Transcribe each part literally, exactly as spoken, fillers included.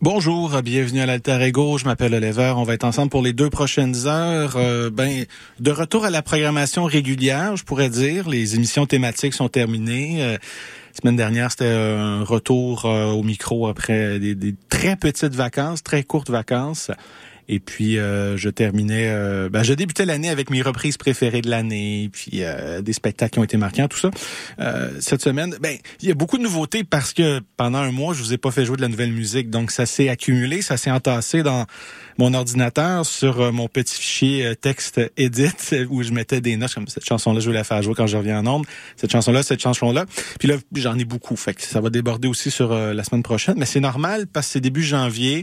Bonjour, bienvenue à l'Alter Ego, je m'appelle Oliver, on va être ensemble pour les deux prochaines heures. Euh, ben, de retour à la programmation régulière, je pourrais dire, les émissions thématiques sont terminées. Euh, la semaine dernière, c'était un retour euh, au micro après des, des très petites vacances, très courtes vacances. Et puis, euh, je terminais... Euh, ben, je débutais l'année avec mes reprises préférées de l'année, puis euh, des spectacles qui ont été marquants, tout ça. Euh, cette semaine, ben, il y a beaucoup de nouveautés parce que pendant un mois, je vous ai pas fait jouer de la nouvelle musique. Donc, ça s'est accumulé, ça s'est entassé dans mon ordinateur sur euh, mon petit fichier euh, texte edit où je mettais des notes comme cette chanson-là, je vais la faire jouer quand je reviens en ondes. Cette chanson-là, cette chanson-là. Puis là, j'en ai beaucoup. Fait que ça va déborder aussi sur euh, la semaine prochaine. Mais c'est normal parce que c'est début janvier.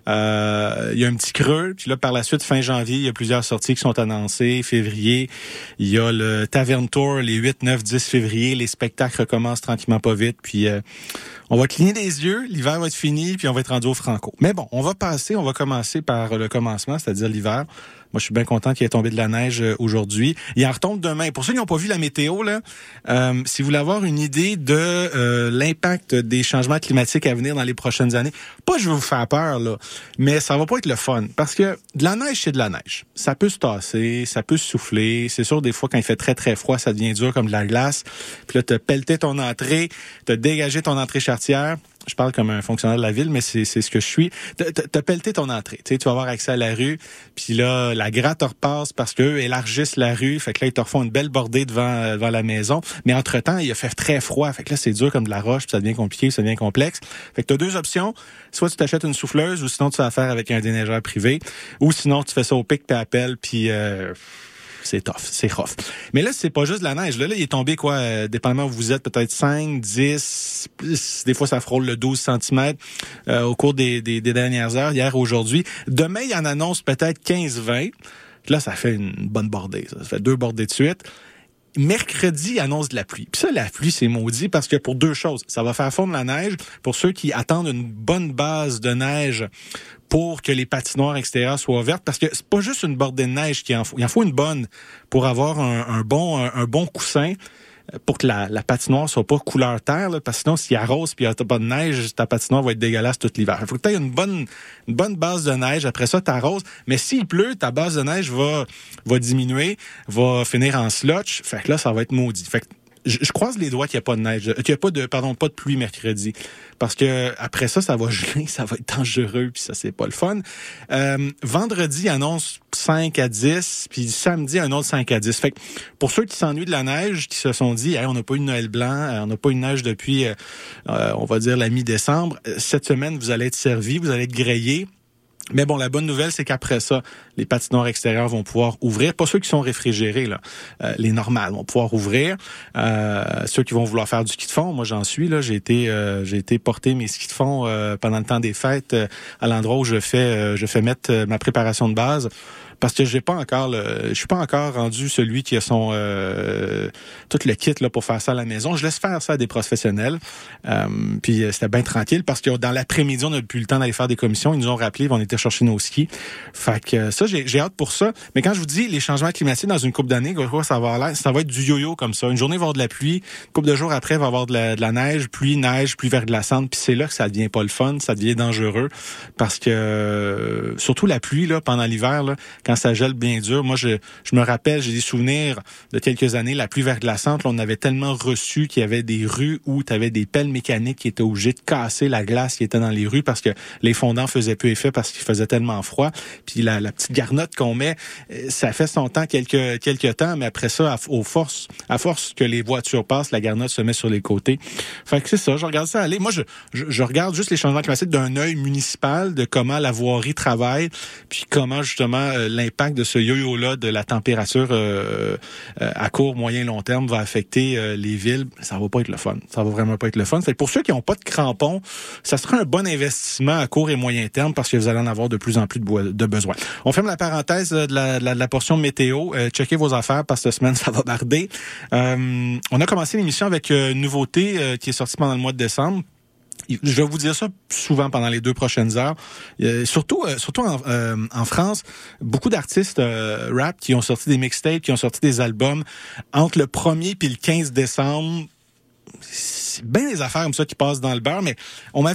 Euh, il y a un petit creux. Puis là, par la suite, fin janvier, il y a plusieurs sorties qui sont annoncées. Février, il y a le Tavern Tour les huit, neuf, dix février. Les spectacles recommencent tranquillement pas vite. Puis euh, on va cligner des yeux. L'hiver va être fini. Puis on va être rendu au Franco. Mais bon, on va passer, on va commencer par le commencement, c'est-à-dire l'hiver. Moi, je suis bien content qu'il ait tombé de la neige aujourd'hui. Il en retombe demain. Pour ceux qui n'ont pas vu la météo, là, euh, si vous voulez avoir une idée de euh, l'impact des changements climatiques à venir dans les prochaines années, pas je veux vous faire peur, là, mais ça va pas être le fun. Parce que de la neige, c'est de la neige. Ça peut se tasser, ça peut se souffler. C'est sûr, des fois, quand il fait très, très froid, ça devient dur comme de la glace. Puis là, t'as pelleté ton entrée, t'as dégagé ton entrée charretière. Je parle comme un fonctionnaire de la ville, mais c'est, c'est ce que je suis. T'as, t'as pelleté ton entrée. Tu sais, tu vas avoir accès à la rue. Puis là, la gratte te repasse parce qu'eux élargissent la rue. Fait que là, ils te refont une belle bordée devant, devant la maison. Mais entre-temps, il a fait très froid. Fait que là, c'est dur comme de la roche. Puis ça devient compliqué, ça devient complexe. Fait que t'as deux options. Soit tu t'achètes une souffleuse ou sinon tu fais affaire avec un déneigeur privé. Ou sinon, tu fais ça au pic puis à pelle. Puis... Euh, c'est tough, c'est rough. Mais là, c'est pas juste de la neige. Là, là il est tombé, quoi, euh, dépendamment où vous êtes, peut-être cinq, dix, des fois, ça frôle le douze centimètres euh, au cours des, des, des dernières heures, hier, aujourd'hui. Demain, il y en annonce peut-être quinze vingt. Là, ça fait une bonne bordée. Ça, ça fait deux bordées de suite. Mercredi, il annonce de la pluie. Puis ça, la pluie, c'est maudit parce que pour deux choses. Ça va faire fondre la neige. Pour ceux qui attendent une bonne base de neige pour que les patinoires extérieures soient vertes, parce que c'est pas juste une bordée de neige qu'il en faut. Il en faut une bonne pour avoir un, un bon un, un bon coussin pour que la, la patinoire soit pas couleur terre, là, parce que sinon, s'il arrose puis il n'y a pas de neige, ta patinoire va être dégueulasse tout l'hiver. Il faut que tu aies une bonne, une bonne base de neige. Après ça, tu arroses. Mais s'il pleut, ta base de neige va, va diminuer, va finir en slotch. Fait que là, ça va être maudit. Fait que je, je croise les doigts qu'il n'y a pas de neige, qu'il n'y a pas de, pardon, pas de pluie mercredi. Parce que après ça, ça va geler, ça va être dangereux, puis ça, c'est pas le fun. Euh, vendredi, il annonce cinq à dix, puis samedi, un autre cinq à dix. Fait que pour ceux qui s'ennuient de la neige, qui se sont dit, hey, on n'a pas eu de Noël blanc, on n'a pas eu de neige depuis, euh, on va dire, la mi-décembre, cette semaine, vous allez être servis, vous allez être grillés. Mais bon, la bonne nouvelle, c'est qu'après ça, les patinoires extérieures vont pouvoir ouvrir. Pas ceux qui sont réfrigérés, là. Euh, les normales vont pouvoir ouvrir. Euh, ceux qui vont vouloir faire du ski de fond, moi j'en suis, là. J'ai été euh, j'ai été porter mes skis de fond euh, pendant le temps des fêtes euh, à l'endroit où je fais euh, je fais mettre euh, ma préparation de base. Parce que j'ai pas encore le, je suis pas encore rendu celui qui a son euh, tout le kit là pour faire ça à la maison. Je laisse faire ça à des professionnels. Euh, puis c'était bien tranquille parce que dans l'après-midi on n'a plus le temps d'aller faire des commissions. Ils nous ont rappelé, on était chercher nos skis. Fait que ça j'ai, j'ai hâte pour ça. Mais quand je vous dis les changements climatiques dans une couple d'années, quoi ça va avoir l'air, ça va être du yo-yo comme ça. Une journée il va y avoir de la pluie, une couple de jours après il va y avoir de la, de la neige, pluie, neige, pluie verglaçante. Puis c'est là que ça devient pas le fun, ça devient dangereux parce que euh, surtout la pluie là pendant l'hiver là. Quand ça gèle bien dur. Moi, je, je me rappelle, j'ai des souvenirs de quelques années, la pluie verglaçante, là, on avait tellement reçu qu'il y avait des rues où tu avais des pelles mécaniques qui étaient obligées de casser la glace qui était dans les rues parce que les fondants faisaient peu effet parce qu'il faisait tellement froid. Puis la, la petite garnotte qu'on met, ça fait son temps quelques, quelques temps, mais après ça, à, aux forces, à force que les voitures passent, la garnotte se met sur les côtés. Fait que c'est ça, je regarde ça aller. Moi, je, je, je regarde juste les changements climatiques d'un œil municipal, de comment la voirie travaille, puis comment justement euh, l'impact de ce yo-yo-là de la température euh, euh, à court, moyen, long terme va affecter euh, les villes. Ça va pas être le fun. Ça va vraiment pas être le fun. Fait que pour ceux qui n'ont pas de crampons, ça sera un bon investissement à court et moyen terme parce que vous allez en avoir de plus en plus de, bo- de besoin. On ferme la parenthèse de la, de la, de la portion météo. Euh, checkez vos affaires parce que cette semaine, ça va barder. Euh, on a commencé l'émission avec une nouveauté euh, qui est sortie pendant le mois de décembre. Je vais vous dire ça souvent pendant les deux prochaines heures. Euh, surtout, euh, surtout en, euh, en France, beaucoup d'artistes euh, rap qui ont sorti des mixtapes, qui ont sorti des albums entre le premier puis le quinze décembre. C'est bien des affaires comme ça qui passent dans le beurre, mais on m'avait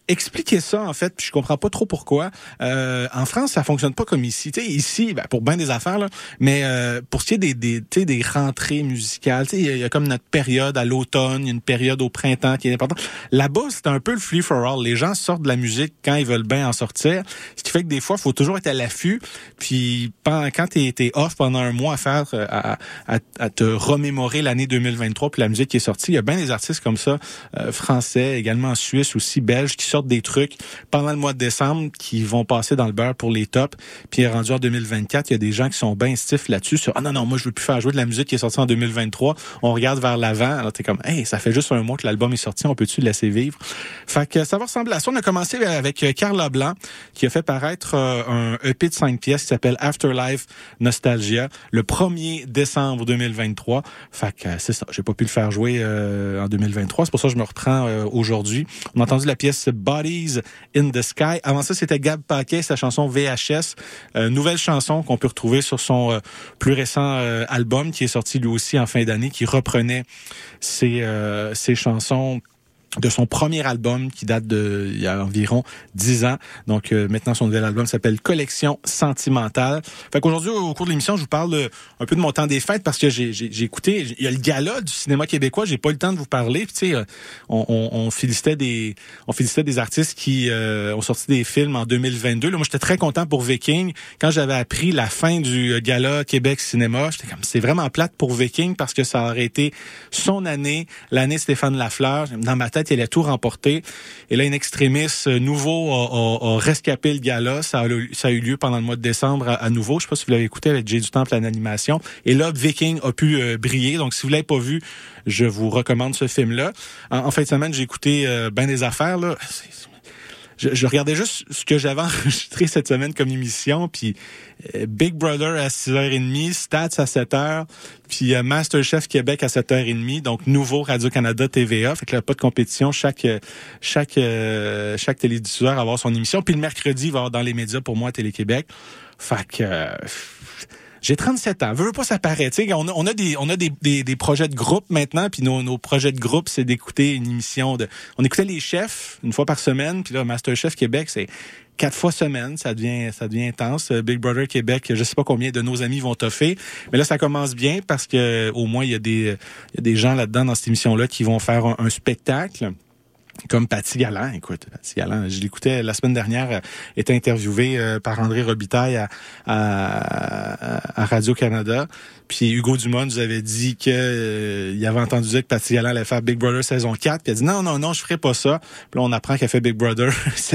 expliquer ça, en fait, puis je comprends pas trop pourquoi. Euh, en France, ça fonctionne pas comme ici. Tu sais, ici, ben, pour bien des affaires, là, mais euh, pour ce qui est des, des, tu sais, des rentrées musicales, tu sais, il y, y a comme notre période à l'automne, il y a une période au printemps qui est importante. Là-bas, c'est un peu le free for all. Les gens sortent de la musique quand ils veulent bien en sortir, ce qui fait que des fois, il faut toujours être à l'affût. Puis quand t'es, t'es off pendant un mois à faire, à, à, à te remémorer l'année deux mille vingt-trois puis la musique qui est sortie, il y a bien des artistes comme ça, euh, français, également en Suisse aussi, belges, qui sortent des trucs pendant le mois de décembre qui vont passer dans le beurre pour les tops. Puis rendu en deux mille vingt-quatre, il y a des gens qui sont bien stiffs là-dessus sur ah non non, moi je veux plus faire jouer de la musique qui est sortie en deux mille vingt-trois. On regarde vers l'avant, alors t'es comme hey, ça fait juste un mois que l'album est sorti, on peut-tu le laisser vivre? Fait que ça va ressembler à ça. On a commencé avec Carla Blanc qui a fait paraître euh, un E P de cinq pièces qui s'appelle Afterlife Nostalgia le premier décembre deux mille vingt-trois. Fait que c'est ça, j'ai pas pu le faire jouer euh, en deux mille vingt-trois, c'est pour ça que je me reprends euh, aujourd'hui. On a entendu la pièce Bodies in the Sky. Avant ça, c'était Gab Paquet, sa chanson V H S, euh, nouvelle chanson qu'on peut retrouver sur son euh, plus récent euh, album qui est sorti lui aussi en fin d'année, qui reprenait ses, euh, ses chansons de son premier album qui date de il y a environ dix ans. Donc euh, maintenant son nouvel album s'appelle Collection Sentimentale. Fait qu'aujourd'hui au cours de l'émission, je vous parle de, un peu de mon temps des fêtes parce que j'ai, j'ai, j'ai écouté, il y a le gala du cinéma québécois, j'ai pas eu le temps de vous parler. Puis tu sais, on, on, on félicitait des on félicitait des artistes qui euh, ont sorti des films en deux mille vingt-deux. Là, moi j'étais très content pour Viking. Quand j'avais appris la fin du gala Québec Cinéma, j'étais comme c'est vraiment plate pour Viking parce que ça aurait été son année, l'année Stéphane Lafleur. Dans ma tête, il allait tout remporter. Et là, une extrémiste nouveau a, a, a rescapé le gala. Ça a, ça a eu lieu pendant le mois de décembre à, à nouveau. Je sais pas si vous l'avez écouté avec Jay du Temple en animation. Et là, Viking a pu euh, briller. Donc, si vous l'avez pas vu, je vous recommande ce film-là. En, en fin de semaine, j'ai écouté euh, ben des affaires, là. C'est, Je, je regardais juste ce que j'avais enregistré cette semaine comme émission, puis euh, Big Brother à six heures trente, Stats à sept heures, puis euh, MasterChef Québec à sept heures trente, donc nouveau Radio-Canada T V A, fait que là, pas de compétition, chaque chaque euh, chaque télédiffuseur va avoir son émission, puis le mercredi, il va y avoir dans les médias pour moi à Télé-Québec. Fait que... Euh, j'ai trente-sept ans. Veux, veux pas, ça paraît. Tu sais, on a, on a des, on a des, des, des projets de groupe maintenant, puis nos, nos projets de groupe, c'est d'écouter une émission de. On écoutait les chefs une fois par semaine, puis là, MasterChef Québec, c'est quatre fois semaine. Ça devient, ça devient intense. Big Brother Québec, je sais pas combien de nos amis vont toffer, mais là, ça commence bien parce que au moins il y a des, il y a des gens là-dedans dans cette émission-là qui vont faire un, un spectacle. Comme Paty Galland, écoute, Paty Galland, je l'écoutais la semaine dernière, euh, était interviewé euh, par André Robitaille à, à, à Radio-Canada. Puis Hugo Dumont nous avait dit que euh, il avait entendu dire que Paty Galland allait faire Big Brother saison quatre. Puis il a dit non, non, non, je ferai pas ça. Puis là, on apprend qu'elle fait Big Brother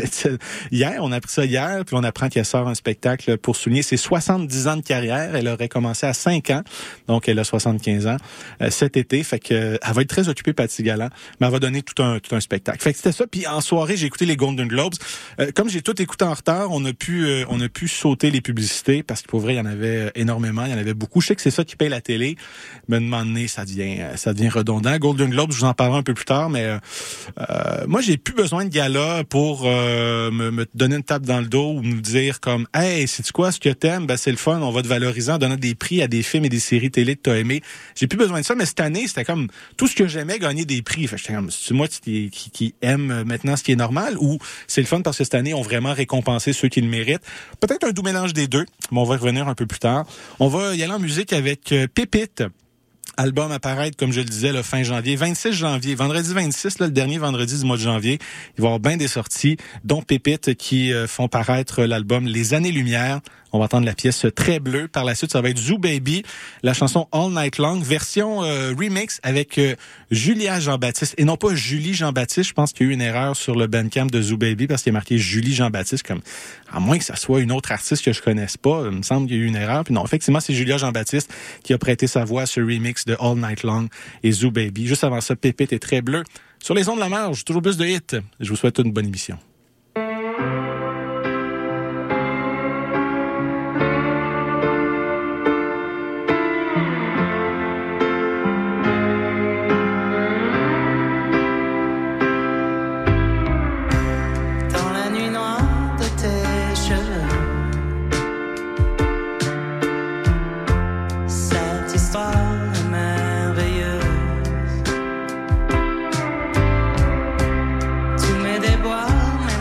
hier. On a appris ça hier. Puis on apprend qu'elle sort un spectacle pour souligner ses soixante-dix ans de carrière. Elle aurait commencé à cinq ans. Donc, elle a soixante-quinze ans euh, cet été. Fait que euh, elle va être très occupée, Paty Galland. Mais elle va donner tout un, tout un spectacle. Fait que c'était ça. Puis en soirée, j'ai écouté les Golden Globes. Euh, comme j'ai tout écouté en retard, on a pu euh, on a pu sauter les publicités parce que pour vrai, il y en avait énormément. Il y en avait beaucoup. Je sais que c'est ça qui paye la télé. Mais à un moment donné, ça devient, ça devient redondant. Golden Globes, je vous en parlerai un peu plus tard, mais euh, euh, moi, j'ai plus besoin de gala pour euh, me, me donner une tape dans le dos ou me dire comme, hey, sais-tu quoi, ce que t'aimes, ben c'est le fun, on va te valoriser en donnant des prix à des films et des séries télé que t'as aimé. J'ai plus besoin de ça, mais cette année, c'était comme tout ce que j'aimais gagner des prix. Fait que j'étais comme, c'est moi qui, qui, qui aime maintenant ce qui est normal ou c'est le fun parce que cette année, on vraiment récompensé ceux qui le méritent. Peut-être un doux mélange des deux, mais on va y revenir un peu plus tard. On va y aller en musique avec euh, Pépite. Album apparaître, comme je le disais, le fin janvier, vingt-six janvier, vendredi vingt-six, là, le dernier vendredi du mois de janvier. Il va y avoir bien des sorties, dont Pépite, qui euh, font paraître l'album Les Années-Lumière. On va entendre la pièce Très Bleu. Par la suite, ça va être Zoo Baby, la chanson All Night Long, version euh, remix avec euh, Julia Jean-Baptiste. Et non pas Julie Jean-Baptiste. Je pense qu'il y a eu une erreur sur le Bandcamp de Zoo Baby parce qu'il y a marqué Julie Jean-Baptiste, comme à moins que ça soit une autre artiste que je connaisse pas. Il me semble qu'il y a eu une erreur. Puis non, effectivement, c'est Julia Jean-Baptiste qui a prêté sa voix à ce remix de All Night Long et Zoo Baby. Juste avant ça, Pépite est Très Bleu. Sur les ondes de la marge, toujours plus de hits. Je vous souhaite une bonne émission. Tous mes déboires,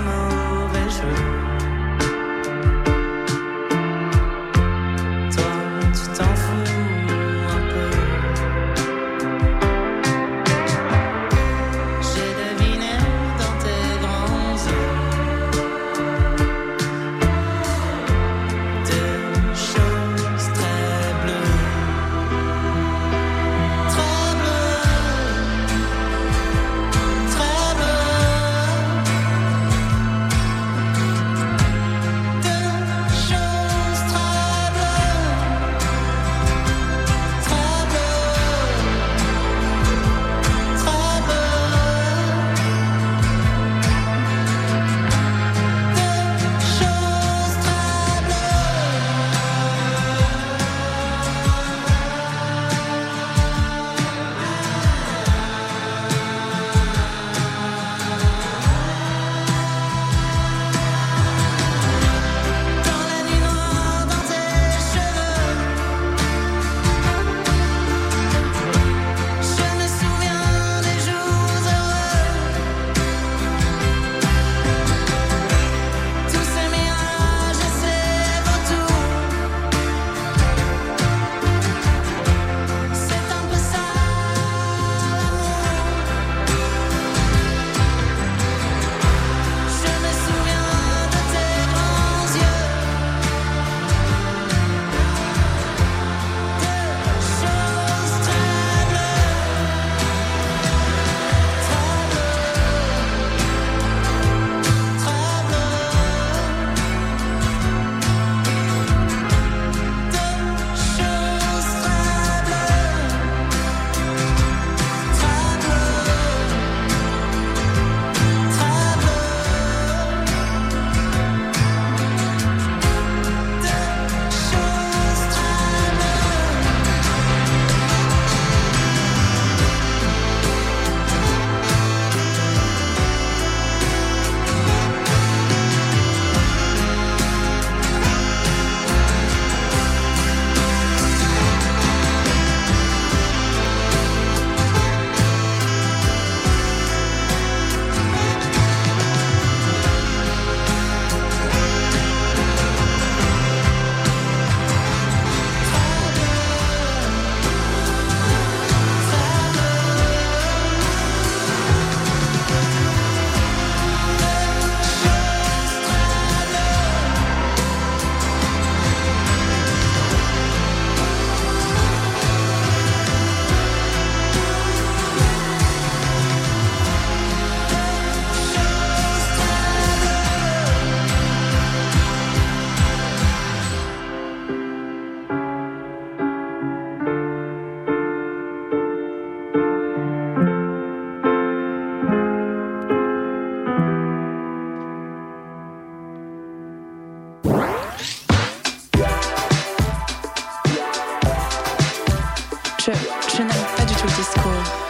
Je, je n'aime pas du tout le disco.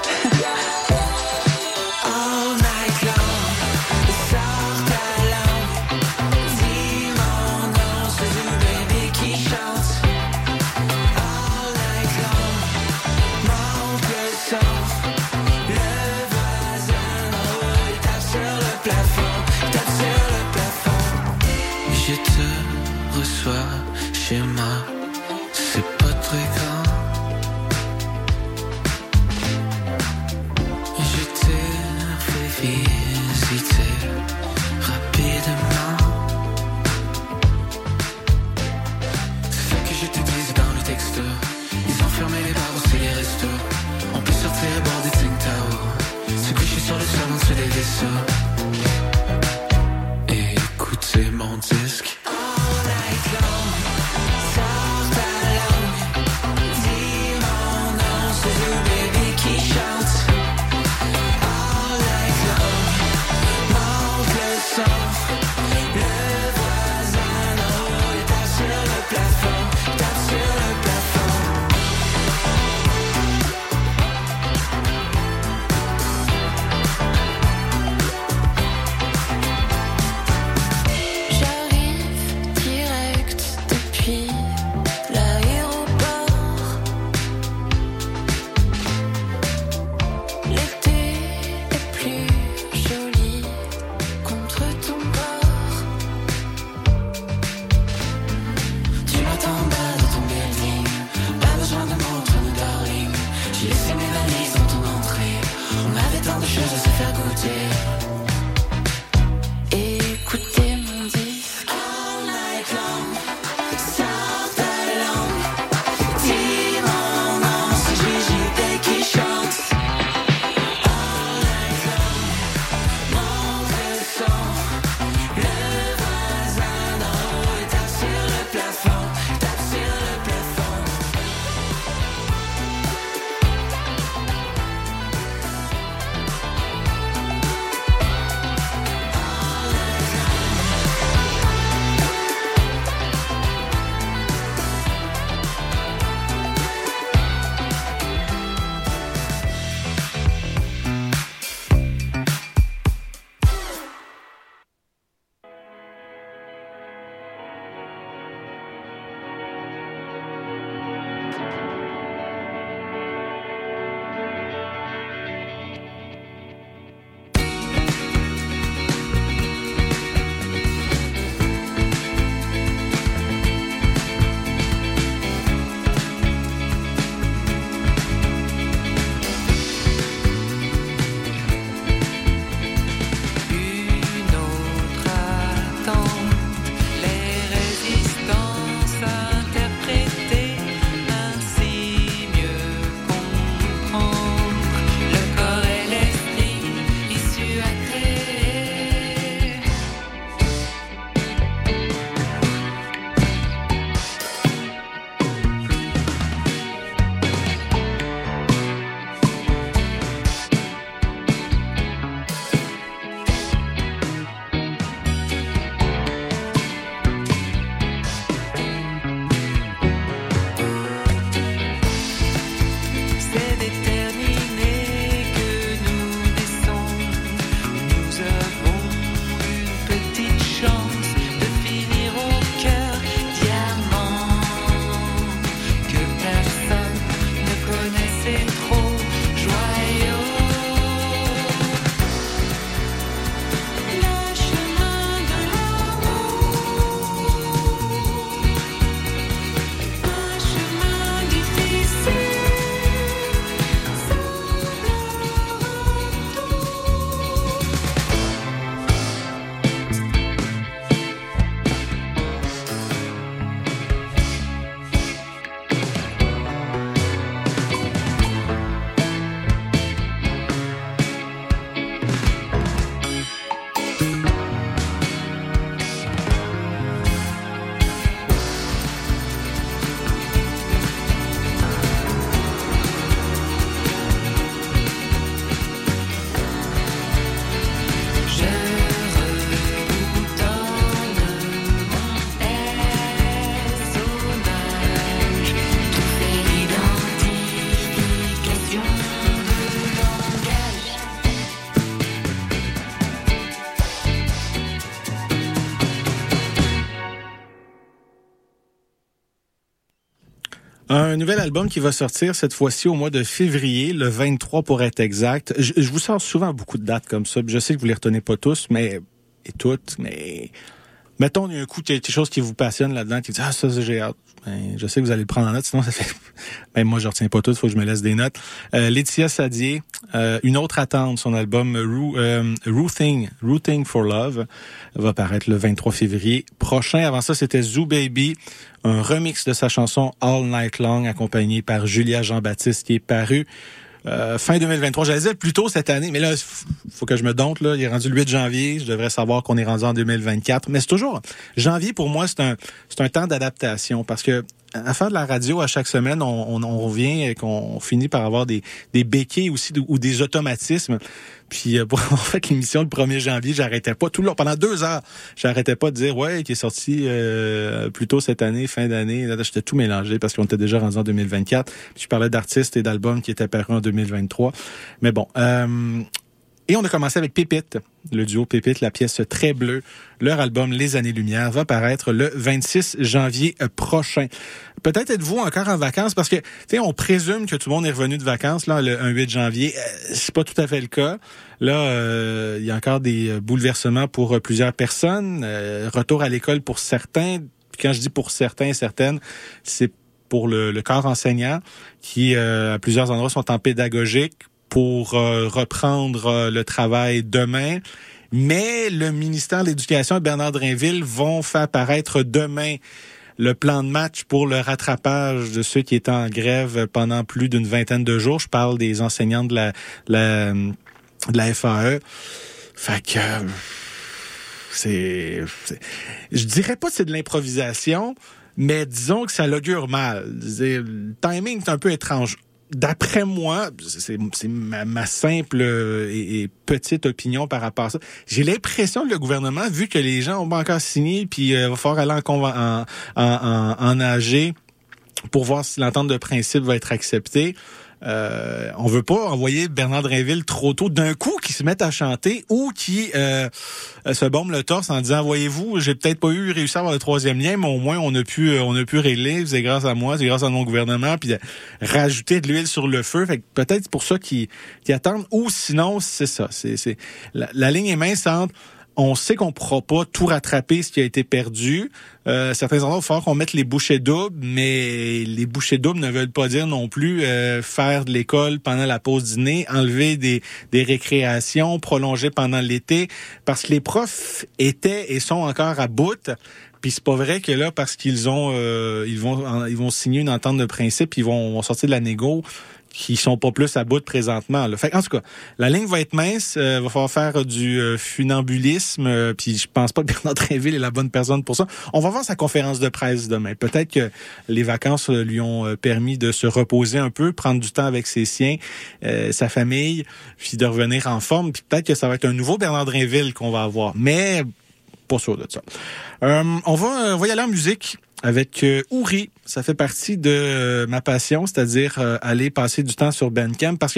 Chez moi, c'est pas très grand. Je t'ai fait visiter rapidement. C'est ça que je te disais dans le texte. Ils ont fermé les bars, aussi les restos. On peut sortir à bord des Tsingtao, se coucher sur le sol en dessous des vaisseaux et écouter mon disque. Les résistances interprétées ainsi. Un nouvel album qui va sortir cette fois-ci au mois de février, le vingt-trois pour être exact. Je, je vous sors souvent beaucoup de dates comme ça. Je sais que vous les retenez pas tous, mais et toutes, mais mettons il y a un coup quelque chose qui vous passionne là-dedans, qui dit ah ça, ça j'ai hâte. Ben, je sais que vous allez le prendre en note, sinon ça fait. Ben moi je retiens pas tout, il faut que je me laisse des notes. Euh, Laetitia Sadier, euh, une autre attente, son album Ru, euh, Rooting, Rooting for Love va paraître le vingt-trois février prochain. Avant ça, c'était Zoo Baby, un remix de sa chanson All Night Long, accompagné par Julia Jean-Baptiste, qui est paru euh, fin deux mille vingt-trois. J'allais dire plus tôt cette année, mais là, faut que je me dompte, là. Il est rendu le huit janvier. Je devrais savoir qu'on est rendu en deux mille vingt-quatre. Mais c'est toujours, janvier, pour moi, c'est un, c'est un temps d'adaptation parce que, à faire de la radio à chaque semaine, on, on, on revient et qu'on finit par avoir des, des béquilles aussi ou des automatismes. Puis pour avoir fait l'émission le premier janvier, j'arrêtais pas tout le long, pendant deux heures, j'arrêtais pas de dire ouais, qui est sorti euh, plus tôt cette année, fin d'année. Là, j'étais tout mélangé parce qu'on était déjà rendu en deux mille vingt-quatre. Puis je parlais d'artistes et d'albums qui étaient apparus en deux mille vingt-trois. Mais bon. Euh, Et on a commencé avec Pépite, le duo Pépite, la pièce Très Bleue. Leur album Les Années-Lumière va paraître le vingt-six janvier prochain. Peut-être êtes-vous encore en vacances parce que, tu sais, on présume que tout le monde est revenu de vacances, là, le un huit janvier. Euh, c'est pas tout à fait le cas. Là, euh, il y a encore des bouleversements pour plusieurs personnes. Euh, retour à l'école pour certains. Quand je dis pour certains et certaines, c'est pour le, le corps enseignant qui, euh, à plusieurs endroits, sont en pédagogique pour euh, reprendre euh, le travail demain. Mais le ministère de l'Éducation et Bernard Drinville vont faire paraître demain le plan de match pour le rattrapage de ceux qui étaient en grève pendant plus d'une vingtaine de jours. Je parle des enseignants de la, la, de la F A E. Fait que c'est, c'est... Je dirais pas que c'est de l'improvisation, mais disons que ça l'augure mal. Le timing est un peu étrange. D'après moi, c'est, c'est ma, ma simple et, et petite opinion par rapport à ça. J'ai l'impression que le gouvernement, vu que les gens ont pas encore signé, puis il euh, va falloir aller en, conven- en, en, en, en A G pour voir si l'entente de principe va être acceptée. Euh, on veut pas envoyer Bernard Drinville trop tôt d'un coup qui se mette à chanter ou qui euh, se bombe le torse en disant voyez-vous, j'ai peut-être pas eu réussi à avoir le troisième lien, mais au moins on a pu on a pu régler, c'est grâce à moi, c'est grâce à mon gouvernement, puis rajouter de l'huile sur le feu. Fait que peut-être c'est pour ça qu'ils, qu'ils attendent. Ou sinon c'est ça, c'est c'est la, la ligne est mince entre on sait qu'on ne pourra pas tout rattraper ce qui a été perdu. Euh, certains endroits, il va falloir qu'on mette les bouchées doubles, mais les bouchées doubles ne veulent pas dire non plus euh, faire de l'école pendant la pause dîner, enlever des, des récréations, prolonger pendant l'été, parce que les profs étaient et sont encore à bout. Puis c'est pas vrai que là, parce qu'ils ont, euh, ils vont, ils vont signer une entente de principe, ils vont, vont sortir de la négo, qui sont pas plus à bout présentement. Là. Fait en tout cas, la ligne va être mince, euh, va falloir faire du euh, funambulisme, euh, puis je pense pas que Bernard Drinville est la bonne personne pour ça. On va voir sa conférence de presse demain. Peut-être que les vacances euh, lui ont euh, permis de se reposer un peu, prendre du temps avec ses siens, euh, sa famille, puis de revenir en forme. Puis peut-être que ça va être un nouveau Bernard Drinville qu'on va avoir, mais pas sûr de ça. Euh, on va, on va y aller en musique avec euh, Ouri. Ça fait partie de euh, ma passion, c'est-à-dire euh, aller passer du temps sur Bandcamp parce que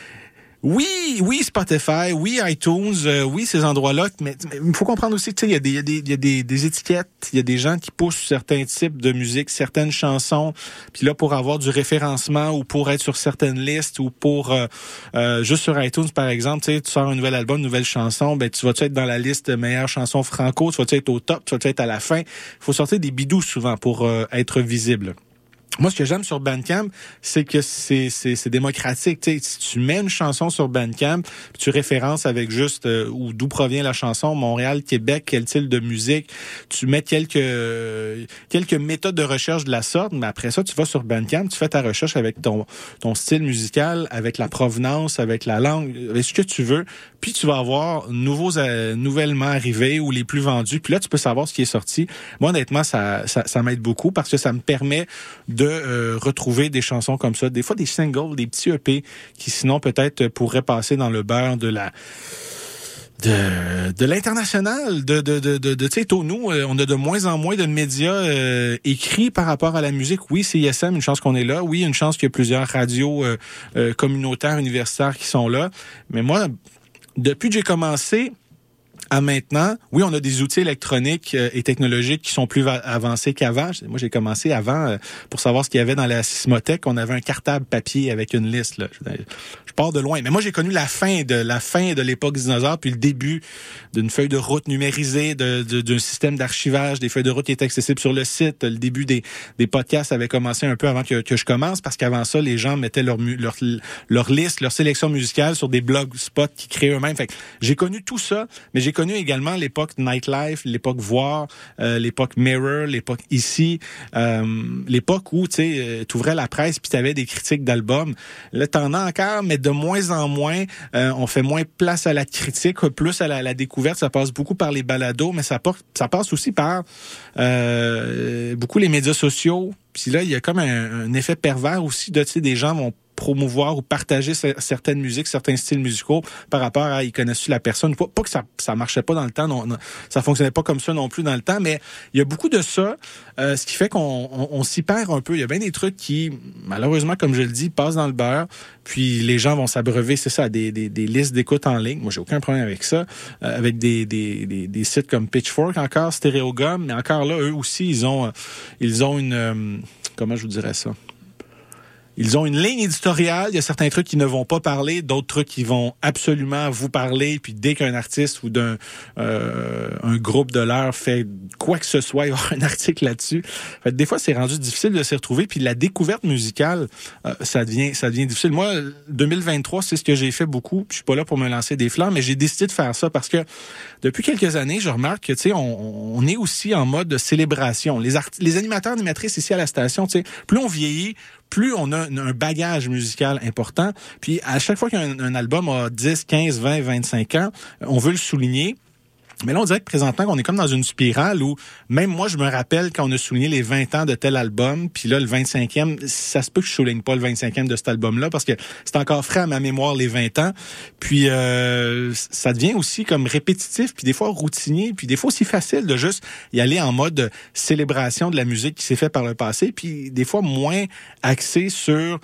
oui, oui Spotify, oui iTunes, euh, oui ces endroits-là, mais il faut comprendre aussi que tu sais il y a des il y a des il y a des, des étiquettes, il y a des gens qui poussent certains types de musique, certaines chansons, puis là pour avoir du référencement ou pour être sur certaines listes ou pour euh, euh, juste sur iTunes par exemple, tu sais tu sors un nouvel album, une nouvelle chanson, ben tu vas-tu être dans la liste meilleures chansons franco, tu vas-tu être au top, tu vas-tu être à la fin. Il faut sortir des bidous souvent pour euh, être visible. Moi, ce que j'aime sur Bandcamp, c'est que c'est c'est, c'est démocratique. Tu sais, si tu mets une chanson sur Bandcamp, puis tu références avec juste euh, ou d'où provient la chanson, Montréal, Québec, quel style de musique, tu mets quelques euh, quelques méthodes de recherche de la sorte, mais après ça, tu vas sur Bandcamp, tu fais ta recherche avec ton ton style musical, avec la provenance, avec la langue, avec ce que tu veux, puis tu vas avoir nouveaux euh, nouvellement arrivés ou les plus vendus, puis là, tu peux savoir ce qui est sorti. Moi, honnêtement, ça ça, ça m'aide beaucoup parce que ça me permet de euh, retrouver des chansons comme ça, des fois des singles, des petits E P qui sinon peut-être pourraient passer dans le beurre de la de de l'international, de de de de, de tu sais, nous on a de moins en moins de médias euh, écrits par rapport à la musique. Oui, C I S M, une chance qu'on est là. Oui, une chance qu'il y a plusieurs radios euh, euh, communautaires, universitaires qui sont là. Mais moi, depuis que j'ai commencé à maintenant, oui, on a des outils électroniques euh, et technologiques qui sont plus va- avancés qu'avant. Moi, j'ai commencé avant euh, pour savoir ce qu'il y avait dans la Sismothèque. On avait un cartable papier avec une liste. Là. Je, je pars de loin. Mais moi, j'ai connu la fin de la fin de l'époque dinosaure, puis le début d'une feuille de route numérisée, de, de, d'un système d'archivage, des feuilles de route qui étaient accessibles sur le site. Le début des, des podcasts avait commencé un peu avant que, que je commence, parce qu'avant ça, les gens mettaient leur, leur, leur liste, leur sélection musicale sur des blogspots qui créaient eux-mêmes. Fait que j'ai connu tout ça, mais j'ai connu également l'époque Nightlife, l'époque Voir, euh, l'époque Mirror, l'époque Ici, euh, l'époque où tu sais, t'ouvrais la presse puis t'avais des critiques d'albums. Là, t'en as encore, mais de moins en moins. Euh, on fait moins place à la critique, plus à la, la découverte. Ça passe beaucoup par les balados, mais ça, porte, ça passe aussi par euh, beaucoup les médias sociaux. Puis là, il y a comme un, un effet pervers aussi de, tu sais, des gens vont promouvoir ou partager certaines musiques, certains styles musicaux par rapport à ils connaissent la personne. Pas, pas que ça ça marchait pas dans le temps, non, non, ça fonctionnait pas comme ça non plus dans le temps, mais il y a beaucoup de ça, euh, ce qui fait qu'on on, on s'y perd un peu. Il y a bien des trucs qui, malheureusement, comme je le dis, passent dans le beurre, puis les gens vont s'abreuver, c'est ça, des, des, des listes d'écoute en ligne. Moi, j'ai aucun problème avec ça, euh, avec des, des, des, des sites comme Pitchfork encore, Stereogum, mais encore là, eux aussi, ils ont, ils ont une, euh, comment je vous dirais ça? Ils ont une ligne éditoriale. Il y a certains trucs qui ne vont pas parler, d'autres trucs qui vont absolument vous parler. Puis dès qu'un artiste ou d'un euh, un groupe de l'heure fait quoi que ce soit, il va y avoir un article là-dessus. Fait, des fois, c'est rendu difficile de s'y retrouver. Puis la découverte musicale, euh, ça devient ça devient difficile. Moi, deux mille vingt-trois, c'est ce que j'ai fait beaucoup. Je suis pas là pour me lancer des fleurs, mais j'ai décidé de faire ça parce que depuis quelques années, je remarque que tu sais, on, on est aussi en mode de célébration. Les art- les animateurs, animatrices ici à la station, tu sais, plus on vieillit, plus on a un bagage musical important. Puis à chaque fois qu'un un album a dix, quinze, vingt, vingt-cinq ans, on veut le souligner. Mais là, on dirait que présentement, on est comme dans une spirale où même moi, je me rappelle quand on a souligné les vingt ans de tel album, puis là, le vingt-cinquième, ça se peut que je souligne pas le vingt-cinquième de cet album-là parce que c'est encore frais à ma mémoire, les vingt ans. Puis euh, ça devient aussi comme répétitif, puis des fois routinier, puis des fois aussi facile de juste y aller en mode célébration de la musique qui s'est fait par le passé, puis des fois moins axé sur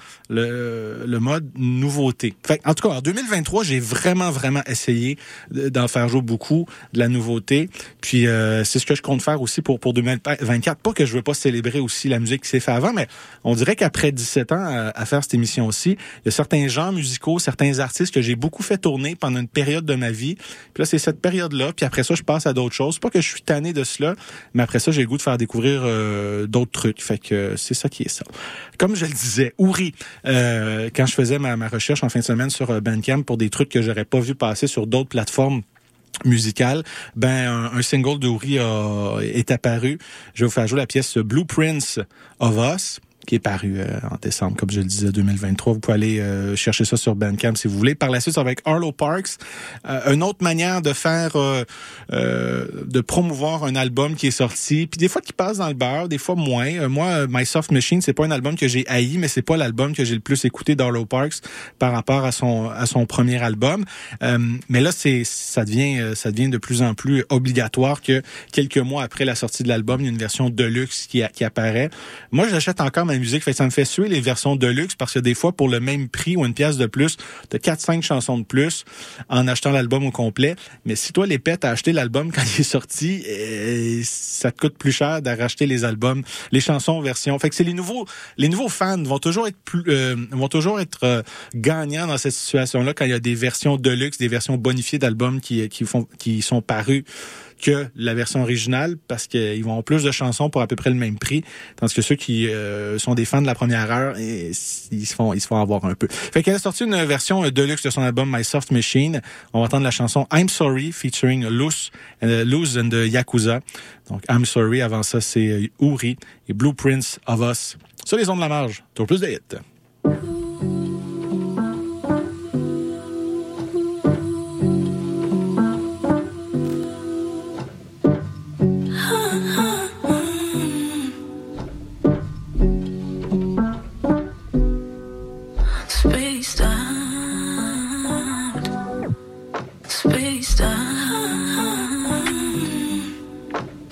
le, le mode nouveauté. Fait, en tout cas, en deux mille vingt-trois, j'ai vraiment, vraiment essayé d'en faire jouer beaucoup de la nouveauté. Puis euh, c'est ce que je compte faire aussi pour pour deux mille vingt-quatre. Pas que je veux pas célébrer aussi la musique qui s'est fait avant, mais on dirait qu'après dix-sept ans à, à faire cette émission aussi, il y a certains genres musicaux, certains artistes que j'ai beaucoup fait tourner pendant une période de ma vie. Puis là, c'est cette période-là. Puis après ça, je passe à d'autres choses. Pas que je suis tanné de cela, mais après ça, j'ai le goût de faire découvrir euh, d'autres trucs. Fait que euh, c'est ça qui est ça. Comme je le disais, Ouri, euh, quand je faisais ma, ma recherche en fin de semaine sur Bandcamp pour des trucs que j'aurais pas vu passer sur d'autres plateformes musical, ben un, un single d'Ouri a, est apparu. Je vais vous faire jouer la pièce Blueprints of Us, qui est paru euh, en décembre, comme je le disais, deux mille vingt-trois. Vous pouvez aller euh, chercher ça sur Bandcamp si vous voulez. Par la suite, avec Arlo Parks, euh, une autre manière de faire, euh, euh, de promouvoir un album qui est sorti, puis des fois qui passe dans le beurre, des fois moins. Euh, moi, My Soft Machine, c'est pas un album que j'ai haï, mais c'est pas l'album que j'ai le plus écouté d'Arlo Parks par rapport à son à son premier album. Euh, mais là, c'est ça devient ça devient de plus en plus obligatoire que quelques mois après la sortie de l'album, il y a une version deluxe qui, a, qui apparaît. Moi, j'achète encore ma musique, fait que ça me fait suer les versions deluxe parce que des fois, pour le même prix ou une pièce de plus, t'as quatre cinq chansons de plus en achetant l'album au complet. Mais si toi, les pets, t'as acheté l'album quand il est sorti, euh, ça te coûte plus cher de racheter les albums, les chansons version. Fait que c'est les nouveaux, les nouveaux fans vont toujours être plus, euh, vont toujours être euh, gagnants dans cette situation-là quand il y a des versions deluxe, des versions bonifiées d'albums qui qui font, qui sont parus que la version originale parce qu'ils vont avoir plus de chansons pour à peu près le même prix, tandis que ceux qui euh, sont des fans de la première heure, et, ils se font ils se font avoir un peu. Fait qu'elle a sorti une version deluxe de son album My Soft Machine. On va entendre la chanson I'm Sorry featuring Luz uh, Luz and the Yakuza. Donc I'm Sorry, avant ça c'est Ouri et Blueprints of Us. Sur les ondes de la marge, toujours plus de hits.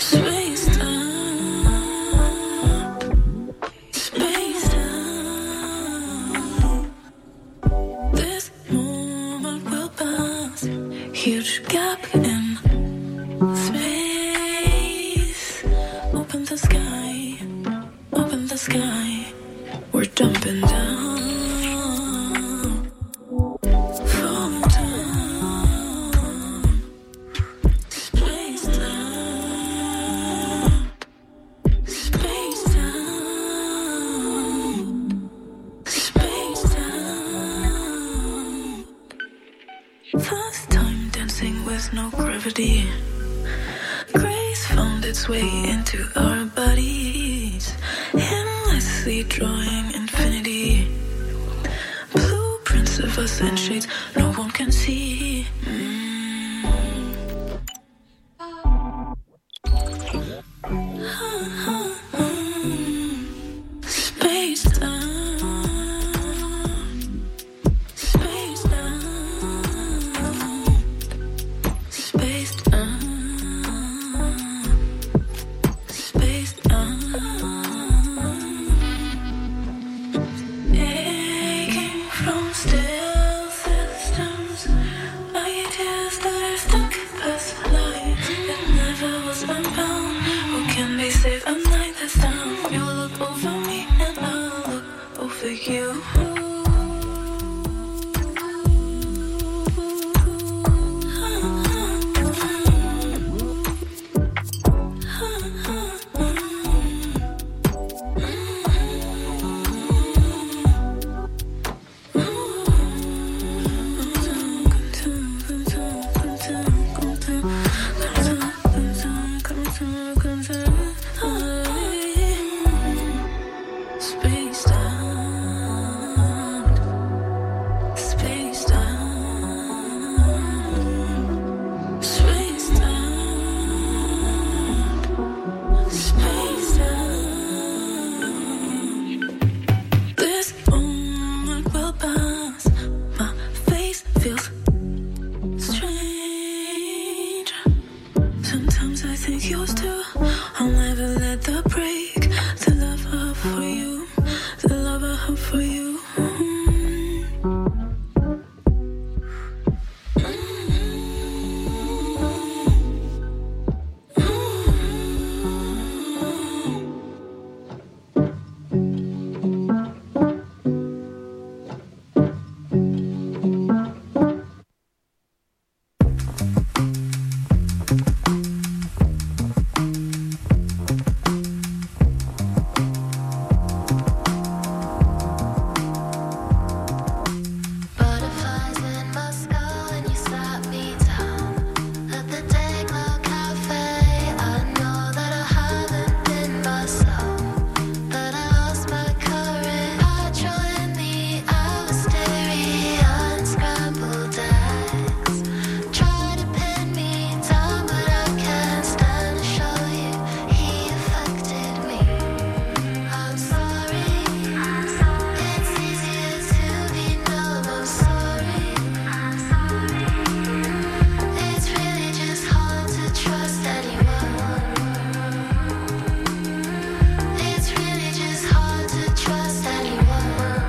Space time. in the sky, up in the sky, we're jumping down. Falling down. Space time. Space time. Space time. First time dancing with no gravity. Grace found its way into our bodies, endlessly drawing infinity. Blueprints of us in shades no one can see. Mm. Space time. Space time. Space time. Space time. Aching from still systems, ideas that are stuck past lives. It never was unbound. Who can be safe at night that's down? You look over me and I'll look over you. Space time. Space time. Space time. Space time. This moment will pass. My face feels strange. Sometimes I think yours too. I'll never let that break. The love I have for you, the love I have for you. Butterflies in my skull and you sat me down at the Dayglow Cafe. I know that I haven't been myself, that I lost my courage. Petrol in the I was stereo and scrambled eggs. Try to pin me down, but I can't stand to show you he affected me. I'm sorry. It's easier to be numb. I'm sorry. It's really just hard to trust anyone. It's really just hard to trust anyone.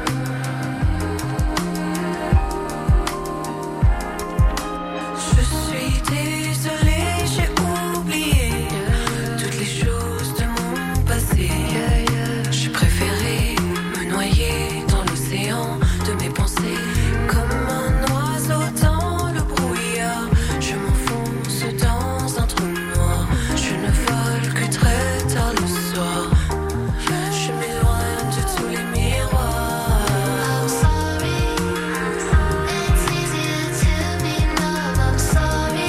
Je suis désolée, j'ai oublié toutes les choses de mon passé. J'ai préféré me noyer dans l'océan de mes pensées. Comme un oiseau dans le brouillard, je m'enfonce dans un trou noir. Je ne vole que très tard le soir. Je m'éloigne de tous les miroirs. I'm sorry. It's easier to be numb. I'm sorry.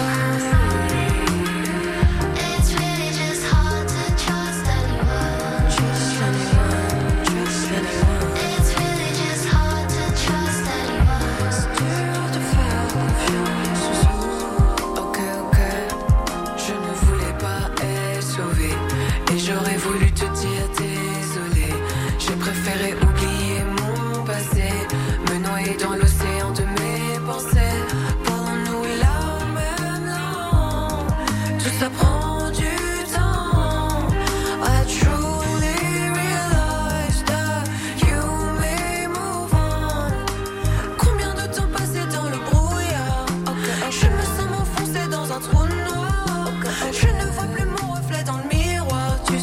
It's really just hard to trust anyone. Trust anyone, trust anyone. It's really just hard to trust anyone. C'est dur de faire confiance. Ok, ok. Je ne voulais pas être sauvée et j'aurais voulu te dire désolé. J'ai préféré oublier mon passé, me noyer dans l'océan de mes pensées. Parlons-nous là en même langue. Tout ça prend du temps. I truly realized that you may move on. Combien de temps passé dans le brouillard? Je me sens m'enfoncer dans un trou noir. Je ne vois plus mon reflet dans le miroir. Tu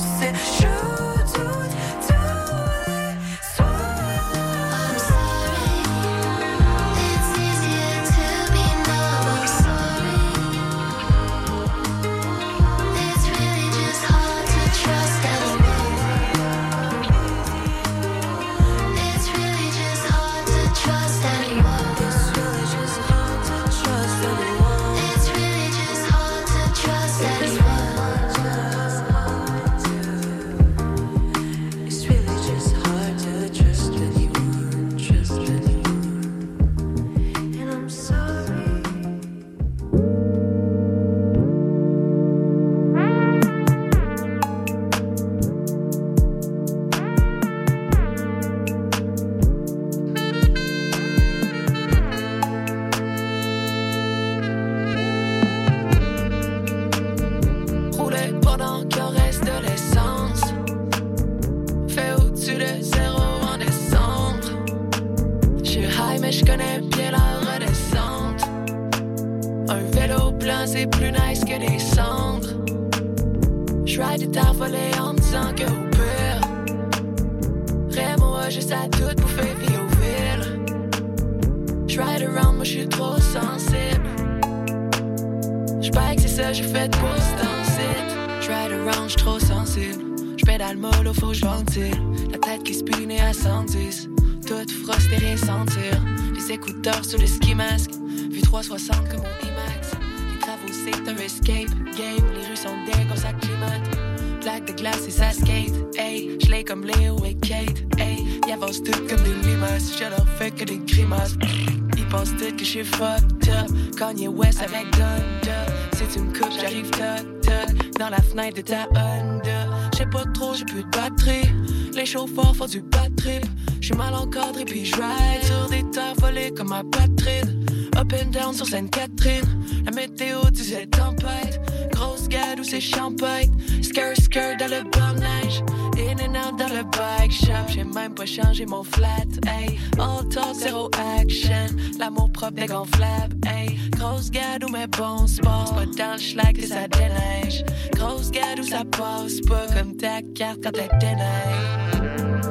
c'est plus nice que des cendres. J'ride des terres volées en me disant que au pire, Rêve-moi juste à tout bouffer vie aux villes. J'ride around, moi j'suis trop sensible. J'parie que c'est ça j'ai fait pour ce temps-ci. J'ride around, j'suis trop sensible. J'pédale mollo, faut j'ventile. La tête qui spinne à cent dix. Toute frost et rien sentir. Les écouteurs sur le ski mask. Vue trois cent soixante comme au IMAX. Les travaux c'est un escape game. Les rues sont dingues, on s'acclimate. Plaque de glace et ça skate. Hey, j'l'ai comme Léo et Kate. Hey, ils avancent toutes comme des limaces. Je leur fais que des grimaces. Ils pensent toutes que j'suis fucked up. Kanye West avec Donda. Si tu me coupes, j'arrive toc toc dans la fenêtre de ta Honda. J'sais pas trop, j'ai plus de batterie. Les chauffeurs font du bad trip. J'suis mal encadré puis j'ride sur des terres volées comme ma Patrine. Up and down sur Sainte-Catherine. La météo disait tempête. Grosse gade où c'est champagne. Skirt skirt dans le bord neige. In and out dans le bike shop. J'ai même pas changé mon flat. Hey, all talk, zéro action. L'amour propre dégonflable. Hey, grosse gade où mes bons sports. Pas dans le schlag que ça déneige. Grosse gade où ça passe pas comme ta carte quand elle déneige.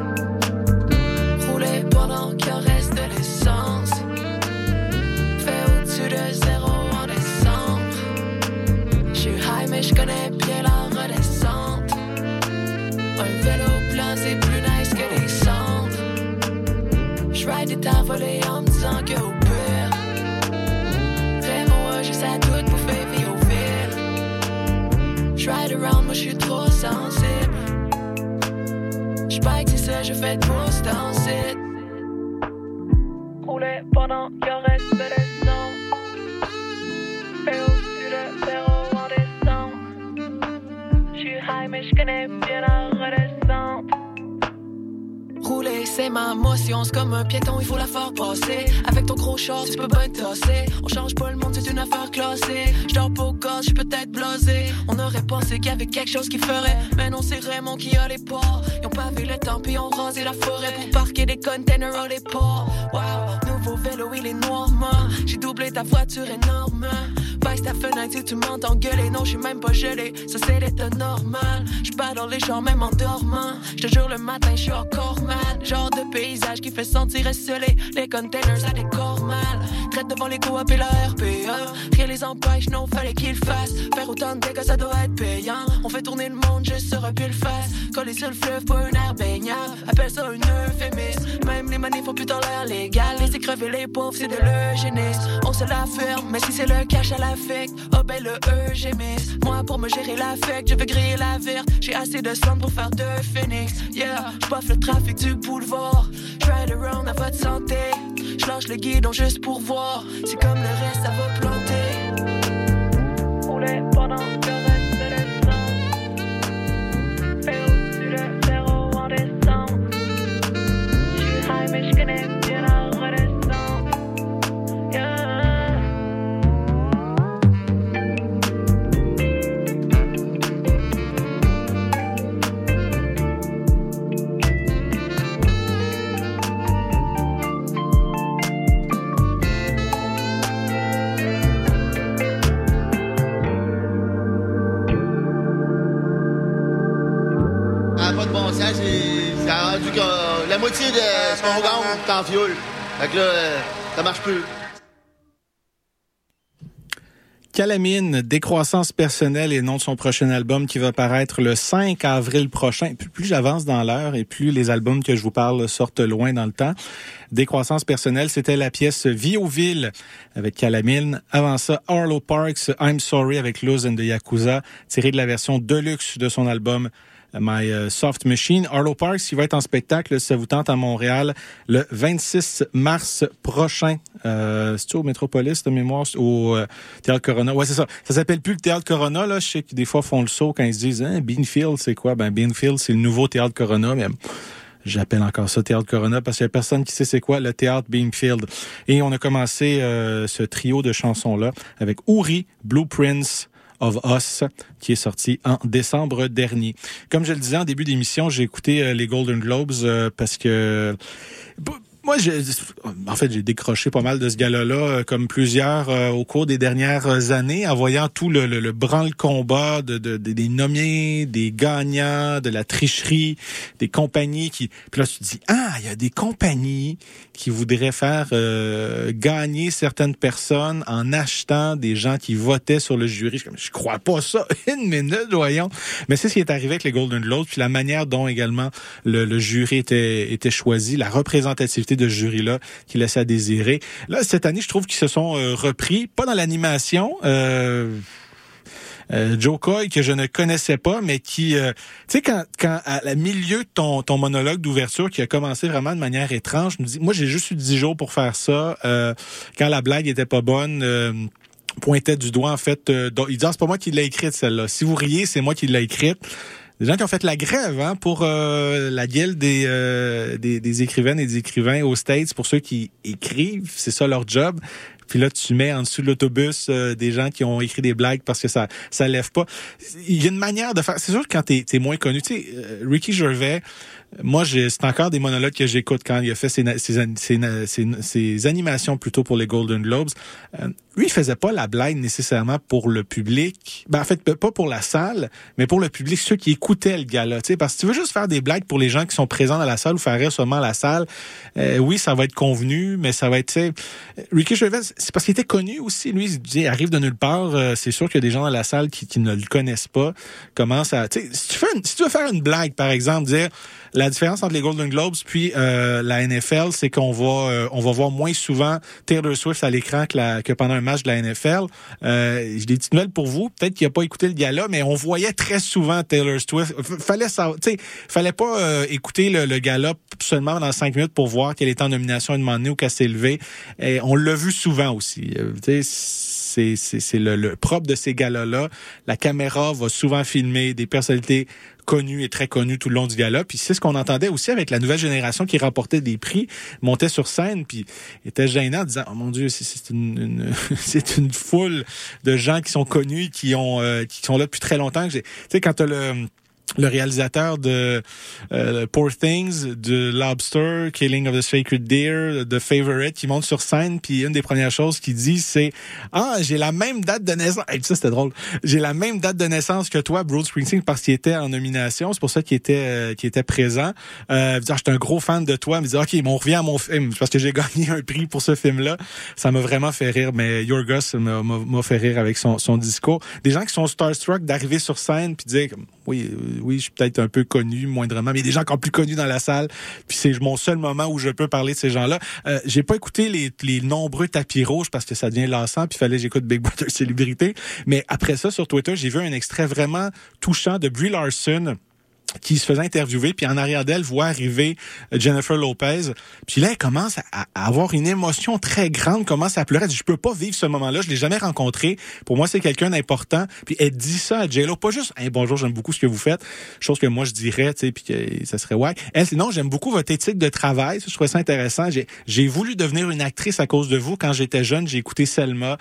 Rouler pendant qu'il en reste de l'essence. Fait au-dessus de zéro en décembre. J'suis high mais j'connais bien la redescente. Un vélo blanc c'est plus nice que des cendres. J'ride des terres volées en me disant que au pire, vraiment juste à tout bouffer vie aux villes. J'ride around, moi j'suis trop sensible. J'parie que c'est ça j'ai fait pour ce temps-ci. Rouler pendant qu'il en reste de l'essence. Fait au-dessus de zéro en décembre. J'suis high mais j'connais bien la redescente. Rouler c'est ma motion, c'est comme un piéton, il faut la faire passer. Avec ton gros short, tu peux pas te tasser. On change pas le monde, c'est une affaire classée. J'dors pas au corps, j'suis peut-être blasé. On aurait pensé qu'il y avait quelque chose qui ferait, mais non c'est Raymond qui a les ports. Ils ont pavé le temps puis ont rasé la forêt pour parquer des containers au départ. Wow, nouveau vélo il est noirement. J'ai doublé ta voiture énorme. Baisse ta fenêtre si tu m'entends gueuler. Non, j'suis même pas gelé, ça c'est l'état normal. J'pars dans les champs même en dormant. J'te jure le matin j'suis encore mal. Genre de paysage qui fait sentir esselé. Les containers ça décore mal. Traite devant les coop et la R P A. Rien les empêche, non fallait qu'ils fassent. Faire autant de dégâts ça doit être payant. On fait tourner le monde juste sur un pull face. Coller sur le fleuve pour un air baignable. Appelle ça un euphémisme. Même les manifs ont plutôt l'air légal. Laisser crever les pauvres c'est de l'eugénisme. On se la ferme, mais si c'est le cash à l'affect, oh ben le eugémisme. Moi pour me gérer l'affect, je veux griller la verte. J'ai assez de sang pour faire deux phoenix. Yeah, j'baffe le trafic du boulevard. Ride around à votre santé. J'lâche le guidon juste pour voir. C'est comme le reste, ça va planter. Rouler pendant que reste de l'essence. Fait au-dessus de zéro en décembre. J'suis high mais j'connais bien la redescente. Yeah. Ça a rendu que la moitié de ce qu'on gagne est en fioul. Fait que là, ça marche plus. Calamine, décroissance personnelle et nom de son prochain album qui va paraître le cinq avril prochain. Plus, plus j'avance dans l'heure et plus les albums que je vous parle sortent loin dans le temps. Décroissance personnelle, c'était la pièce Vie aux villes avec Calamine. Avant ça, Arlo Parks, I'm Sorry avec Luz and the Yakuza, tiré de la version deluxe de son album My uh, Soft Machine. Arlo Parks, il va être en spectacle, ça vous tente, à Montréal, le vingt-six mars prochain. Euh, c'est-tu au Métropolis de mémoire, au euh, Théâtre Corona? Ouais, c'est ça. Ça s'appelle plus le Théâtre Corona, là. Je sais que des fois, font le saut quand ils se disent, hein, Beanfield, c'est quoi? Ben, Beanfield, c'est le nouveau Théâtre Corona, mais j'appelle encore ça Théâtre Corona parce qu'il y a personne qui sait c'est quoi le Théâtre Beanfield. Et on a commencé euh, ce trio de chansons-là avec Uri, Blueprints of Us, qui est sorti en décembre dernier. Comme je le disais en début d'émission, j'ai écouté euh, les Golden Globes euh, parce que... moi, j'ai, en fait, j'ai décroché pas mal de ce gala-là, euh, comme plusieurs euh, au cours des dernières années, en voyant tout le, le, le branle-combat de, de, de, des nommés, des gagnants, de la tricherie, des compagnies qui... Puis là, tu te dis, ah, il y a des compagnies qui voudraient faire euh, gagner certaines personnes en achetant des gens qui votaient sur le jury. Je, comme, je crois pas ça. Une minute, voyons. Mais c'est ce qui est arrivé avec les Golden Globes, puis la manière dont également le, le jury était, était choisi, la représentativité de ce jury-là qui laissait à désirer. Là, cette année, je trouve qu'ils se sont euh, repris, pas dans l'animation, euh, Euh, Joe Coy, que je ne connaissais pas, mais qui, euh, tu sais, quand, quand à la milieu de ton, ton monologue d'ouverture, qui a commencé vraiment de manière étrange, je me dis, moi, j'ai juste eu dix jours pour faire ça. Euh, quand la blague était pas bonne, euh, pointait du doigt, en fait, euh, il dit, ah, c'est pas moi qui l'ai écrite, celle-là. Si vous riez, c'est moi qui l'ai écrite. Des gens qui ont fait la grève hein, pour euh, la guilde des, euh, des, des écrivaines et des écrivains aux States, pour ceux qui écrivent, c'est ça leur job. Puis là, tu mets en dessous de l'autobus euh, des gens qui ont écrit des blagues parce que ça ça lève pas. Il y a une manière de faire. C'est sûr que quand t'es, t'es moins connu, tu sais, euh, Ricky Gervais, moi, j'ai, c'est encore des monologues que j'écoute quand il a fait ses, ses, ses, ses, ses animations plutôt pour les Golden Globes. Euh, lui, il faisait pas la blague nécessairement pour le public. Ben, en fait, pas pour la salle, mais pour le public, ceux qui écoutaient le gala. Tu sais, parce que si tu veux juste faire des blagues pour les gens qui sont présents dans la salle ou faire rire seulement la salle, euh, oui, ça va être convenu, mais ça va être, tu sais, Ricky Gervais, c'est parce qu'il était connu aussi. Lui, il arrive de nulle part. Euh, c'est sûr qu'il y a des gens dans la salle qui, qui ne le connaissent pas. Commence à, tu sais, si tu fais une, si tu veux faire une blague, par exemple, dire la différence entre les Golden Globes puis euh, la N F L, c'est qu'on va euh, on va voir moins souvent Taylor Swift à l'écran que, la, que pendant un match de la N F L. Euh, j'ai des petites nouvelles pour vous. Peut-être qu'il n'a pas écouté le gala, mais on voyait très souvent Taylor Swift. Fallait ça, tu sais, fallait pas euh, écouter le, le gala seulement dans cinq minutes pour voir qu'elle était en nomination à un moment donné ou qu'elle s'est levée. Et on l'a vu souvent aussi. Euh, tu sais, c'est c'est c'est le, le propre de ces galas-là. La caméra va souvent filmer des personnalités connu et très connu tout le long du gala. Puis c'est ce qu'on entendait aussi avec la nouvelle génération qui remportait des prix, montait sur scène, puis était gênant en disant « Oh mon Dieu, c'est, c'est une, une c'est une foule de gens qui sont connus, qui ont euh, qui sont là depuis très longtemps. » Que j'ai, tu sais, quand t'as le le réalisateur de euh, Poor Things, de Lobster, Killing of the Sacred Deer, The Favorite, qui monte sur scène, puis une des premières choses qu'il dit, c'est « Ah, j'ai la même date de naissance... » hey, ça, c'était drôle. « J'ai la même date de naissance que toi, Bruce Springsteen, parce qu'il était en nomination. C'est pour ça qu'il était euh, qu'il était présent. Euh, » ah, j'étais un gros fan de toi. Il me dit « OK, mais on revient à mon film. Parce que j'ai gagné un prix pour ce film-là. » Ça m'a vraiment fait rire. Mais Yorgos m'a, m'a, m'a fait rire avec son, son discours. Des gens qui sont starstruck d'arriver sur scène puis dire « Oui, oui, je suis peut-être un peu connu, moindrement, mais il y a des gens encore plus connus dans la salle. Puis c'est mon seul moment où je peux parler de ces gens-là. Euh, j'ai pas écouté les, les nombreux tapis rouges parce que ça devient lassant, puis il fallait que j'écoute Big Brother Célébrité. Mais après ça, sur Twitter, j'ai vu un extrait vraiment touchant de Brie Larson, qui se faisait interviewer, puis en arrière d'elle, voit arriver Jennifer Lopez. Puis là, elle commence à, à avoir une émotion très grande, commence à pleurer. Elle dit, je peux pas vivre ce moment-là, je l'ai jamais rencontré. Pour moi, c'est quelqu'un d'important. Puis elle dit ça à J-Lo, pas juste, hey, bonjour, j'aime beaucoup ce que vous faites. Chose que moi, je dirais, tu sais, puis que ça serait wack. Elle, c'est non, j'aime beaucoup votre éthique de travail. Ça, je trouvais ça intéressant. J'ai, j'ai voulu devenir une actrice à cause de vous. Quand j'étais jeune, j'ai écouté Selma,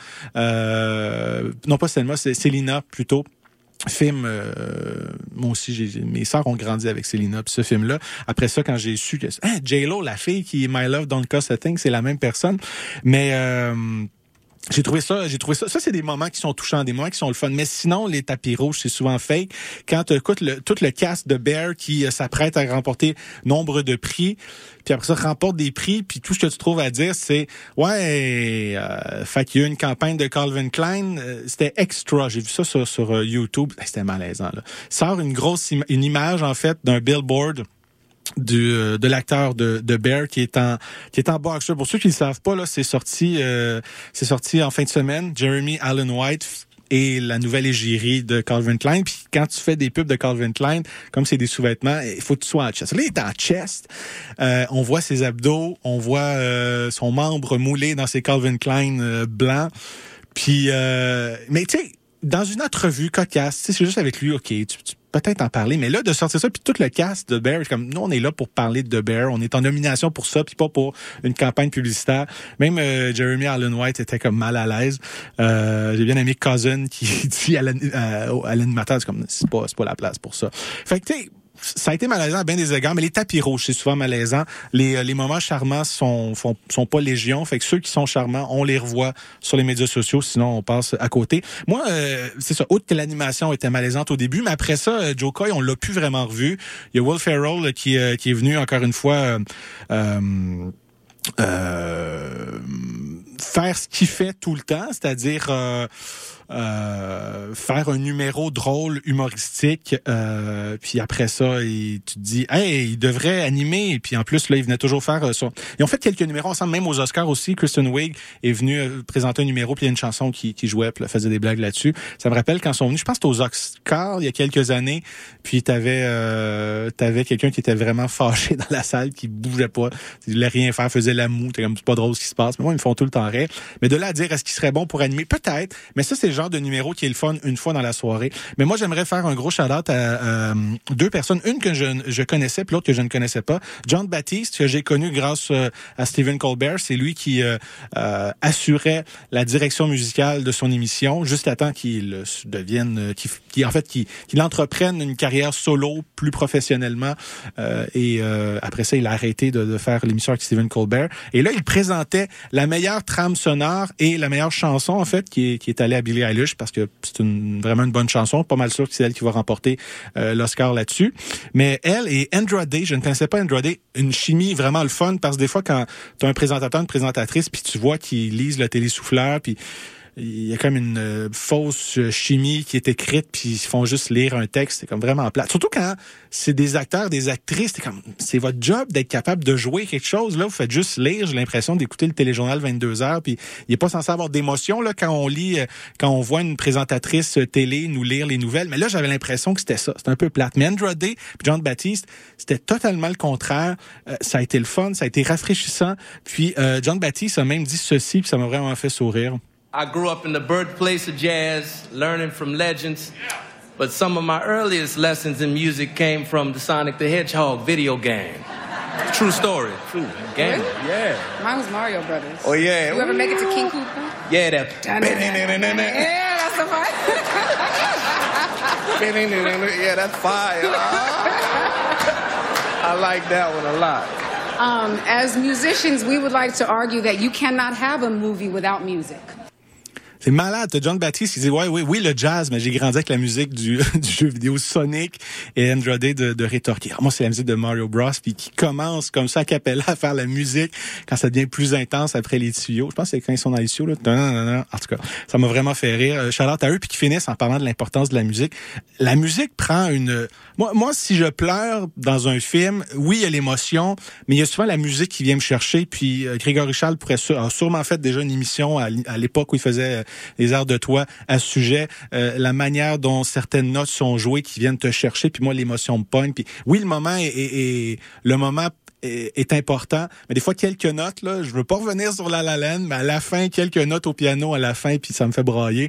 euh, non pas Selma, c'est Selena plutôt. Film, euh, moi aussi, j'ai, mes sœurs ont grandi avec Selena, puis ce film-là. Après ça, quand j'ai su que hein, J-Lo, la fille qui est My Love Don't Cost a Thing, c'est la même personne. Mais euh, j'ai trouvé ça, j'ai trouvé ça. Ça, c'est des moments qui sont touchants, des moments qui sont le fun. Mais sinon, les tapis rouges, c'est souvent fake. Quand tu écoutes le, tout le cast de Bear qui euh, s'apprête à remporter nombre de prix, puis après ça, remporte des prix, puis tout ce que tu trouves à dire, c'est ouais, euh, fait qu'il y a eu une campagne de Calvin Klein, euh, c'était extra. J'ai vu ça sur, sur euh, YouTube, c'était malaisant là. Sort une grosse im- une image en fait d'un billboard du euh, de l'acteur de de Bear qui est en qui est en boxer. Pour ceux qui ne le savent pas là, c'est sorti euh, c'est sorti en fin de semaine. Jeremy Allen White et la nouvelle égérie de Calvin Klein. Puis quand tu fais des pubs de Calvin Klein, comme c'est des sous-vêtements, il faut que tu sois en chest. Là, il est en chest. Euh, on voit ses abdos, on voit euh, son membre moulé dans ses Calvin Klein euh, blancs. Puis, euh, mais tu sais, dans une entrevue cocasse, c'est juste avec lui, OK, tu, tu peut-être en parler, mais là, de sortir ça, puis tout le cast de Bear, comme nous, on est là pour parler de Bear, on est en nomination pour ça, puis pas pour une campagne publicitaire. Même euh, Jeremy Allen White était comme mal à l'aise. Euh, j'ai bien aimé Cousin qui dit à, l'an, à, à l'animateur, c'est comme, c'est pas, c'est pas la place pour ça. Fait que, tu sais, ça a été malaisant à bien des égards, mais les tapis rouges, c'est souvent malaisant. Les, les moments charmants sont, sont, sont pas légion. Fait que ceux qui sont charmants, on les revoit sur les médias sociaux, sinon on passe à côté. Moi, euh, c'est ça. Outre que l'animation était malaisante au début, mais après ça, Joe Coy, on l'a plus vraiment revu. Il y a Will Ferrell qui, euh, qui est venu encore une fois euh, euh, euh, faire ce qu'il fait tout le temps, c'est-à-dire euh, euh, faire un numéro drôle, humoristique, euh, puis après ça, il, tu te dis, hey, il devrait animer, et puis en plus, là, il venait toujours faire euh, son... Ils ont fait quelques numéros ensemble, même aux Oscars aussi. Kristen Wiig est venue euh, présenter un numéro, puis il y a une chanson qui, qui jouait, puis elle faisait des blagues là-dessus. Ça me rappelle quand ils sont venus, je pense que c'était aux Oscars, il y a quelques années, puis t'avais, euh, t'avais quelqu'un qui était vraiment fâché dans la salle, qui bougeait pas, il voulait rien faire, faisait la moue, t'es comme, c'est pas drôle ce qui se passe, mais moi, ils me font tout le temps rire. Mais de là à dire, est-ce qu'il serait bon pour animer? Peut-être, mais ça, c'est le genre de numéro qui est le fun une fois dans la soirée. Mais moi, j'aimerais faire un gros shout-out à, à deux personnes. Une que je, je connaissais, puis l'autre que je ne connaissais pas. John Baptiste, que j'ai connu grâce euh, à Stephen Colbert. C'est lui qui euh, euh, assurait la direction musicale de son émission, juste à temps qu'il euh, devienne, euh, qu'il, qu'il, en fait, qu'il, qu'il entreprenne une carrière solo plus professionnellement. Euh, et euh, après ça, il a arrêté de, de faire l'émission avec Stephen Colbert. Et là, il présentait la meilleure trame sonore et la meilleure chanson, en fait, qui est, qui est allée à Billie Eilish, parce que c'est une, vraiment une bonne chanson. Pas mal sûr que c'est elle qui va remporter euh, l'Oscar là-dessus. Mais elle et Andrade, je ne connaissais pas Andrade, une chimie vraiment le fun, parce que des fois, quand tu as un présentateur, une présentatrice, puis tu vois qu'ils lisent le télésouffleur, puis il y a comme une euh, fausse chimie qui est écrite, puis ils font juste lire un texte. C'est comme vraiment plate. Surtout quand c'est des acteurs, des actrices, c'est comme, c'est votre job d'être capable de jouer quelque chose. Là, vous faites juste lire. J'ai l'impression d'écouter le téléjournal vingt-deux heures, puis il est pas censé avoir d'émotion là quand on lit, euh, quand on voit une présentatrice télé nous lire les nouvelles. Mais là, j'avais l'impression que c'était ça. C'était un peu plate. Mais Andrade puis John Baptiste, c'était totalement le contraire. Euh, ça a été le fun, ça a été rafraîchissant. Puis euh, John Baptiste a même dit ceci, puis ça m'a vraiment fait sourire. I grew up in the birthplace of jazz, learning from legends. But some of my earliest lessons in music came from the Sonic the Hedgehog video game. True story. True. Game. Really? Yeah. Mine was Mario Brothers. Oh, yeah. You ever make it to King Koopa? Yeah, that. Yeah, that's the part. Yeah, that's fire. I like that one a lot. Um, as musicians, we would like to argue that you cannot have a movie without music. C'est malade. T'as John Baptiste qui dit, ouais, oui, oui, le jazz, mais j'ai grandi avec la musique du, du jeu vidéo Sonic, et Andrade de, de rétorquer. Alors, moi, c'est la musique de Mario Bros, puis qui commence comme ça, a cappella, à faire la musique quand ça devient plus intense après les tuyaux. Je pense que c'est quand ils sont dans les tuyaux, là. En tout cas, ça m'a vraiment fait rire. Shout-out à eux, puis qui finissent en parlant de l'importance de la musique. La musique prend une... Moi, moi, si je pleure dans un film, oui, il y a l'émotion, mais il y a souvent la musique qui vient me chercher, puis euh, Grégory Charles pourrait sur... a sûrement fait déjà une émission à, à l'époque où il faisait... Euh, les airs de toi à ce sujet, euh, la manière dont certaines notes sont jouées qui viennent te chercher, puis moi l'émotion me pogne, puis oui, le moment est, est, est le moment est, est important, mais des fois quelques notes là, je veux pas revenir sur La La Land, mais à la fin quelques notes au piano à la fin, puis ça me fait brailler.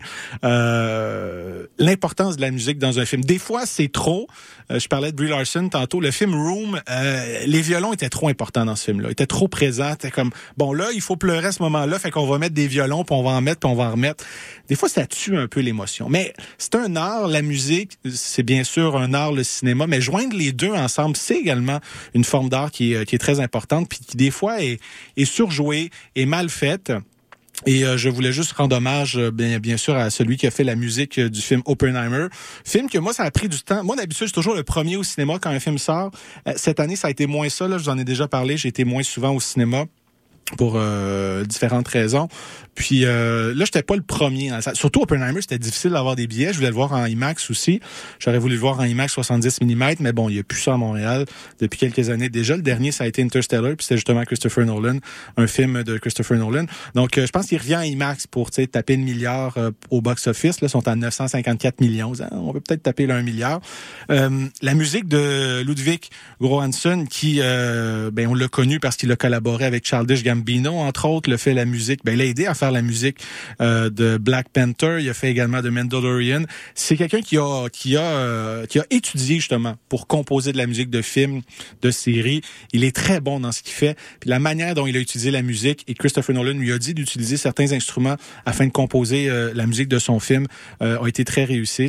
Euh, l'importance de la musique dans un film. Des fois c'est trop. Euh, je parlais de Brie Larson tantôt. Le film Room, euh, les violons étaient trop importants dans ce film-là. Ils étaient trop présents. C'était comme, bon là, il faut pleurer à ce moment-là, fait qu'on va mettre des violons, puis on va en mettre, puis on va en remettre. Des fois, ça tue un peu l'émotion. Mais c'est un art, la musique, c'est bien sûr un art, le cinéma, mais joindre les deux ensemble, c'est également une forme d'art qui est, qui est très importante, puis qui des fois est, est surjouée, est mal faite. Et euh, je voulais juste rendre hommage, euh, bien, bien sûr, à celui qui a fait la musique euh, du film Oppenheimer. Film que moi, ça a pris du temps. Moi, d'habitude, je suis toujours le premier au cinéma quand un film sort. Euh, cette année, ça a été moins ça. Là, je vous en ai déjà parlé. J'ai été moins souvent au cinéma pour euh, différentes raisons. Puis euh, là, j'étais pas le premier. Hein. Surtout Oppenheimer, c'était difficile d'avoir des billets. Je voulais le voir en IMAX aussi. J'aurais voulu le voir en IMAX soixante-dix millimètres, mais bon, il y a plus ça à Montréal depuis quelques années. Déjà, le dernier, ça a été Interstellar, puis c'était justement Christopher Nolan, un film de Christopher Nolan. Donc, euh, je pense qu'il revient en IMAX pour taper le milliard euh, au box-office. Là, ils sont à neuf cent cinquante-quatre millions. Hein, on peut peut-être taper là, un milliard. Euh, la musique de Ludwig Göransson, qui, euh, ben, on l'a connu parce qu'il a collaboré avec Childish Gambino, entre autres, le fait la musique. Ben, il a aidé à faire la musique euh, de Black Panther. Il a fait également de Mandalorian. C'est quelqu'un qui a qui a euh, qui a étudié justement pour composer de la musique de films, de séries. Il est très bon dans ce qu'il fait. Puis la manière dont il a utilisé la musique, et Christopher Nolan lui a dit d'utiliser certains instruments afin de composer euh, la musique de son film, euh, a été très réussi.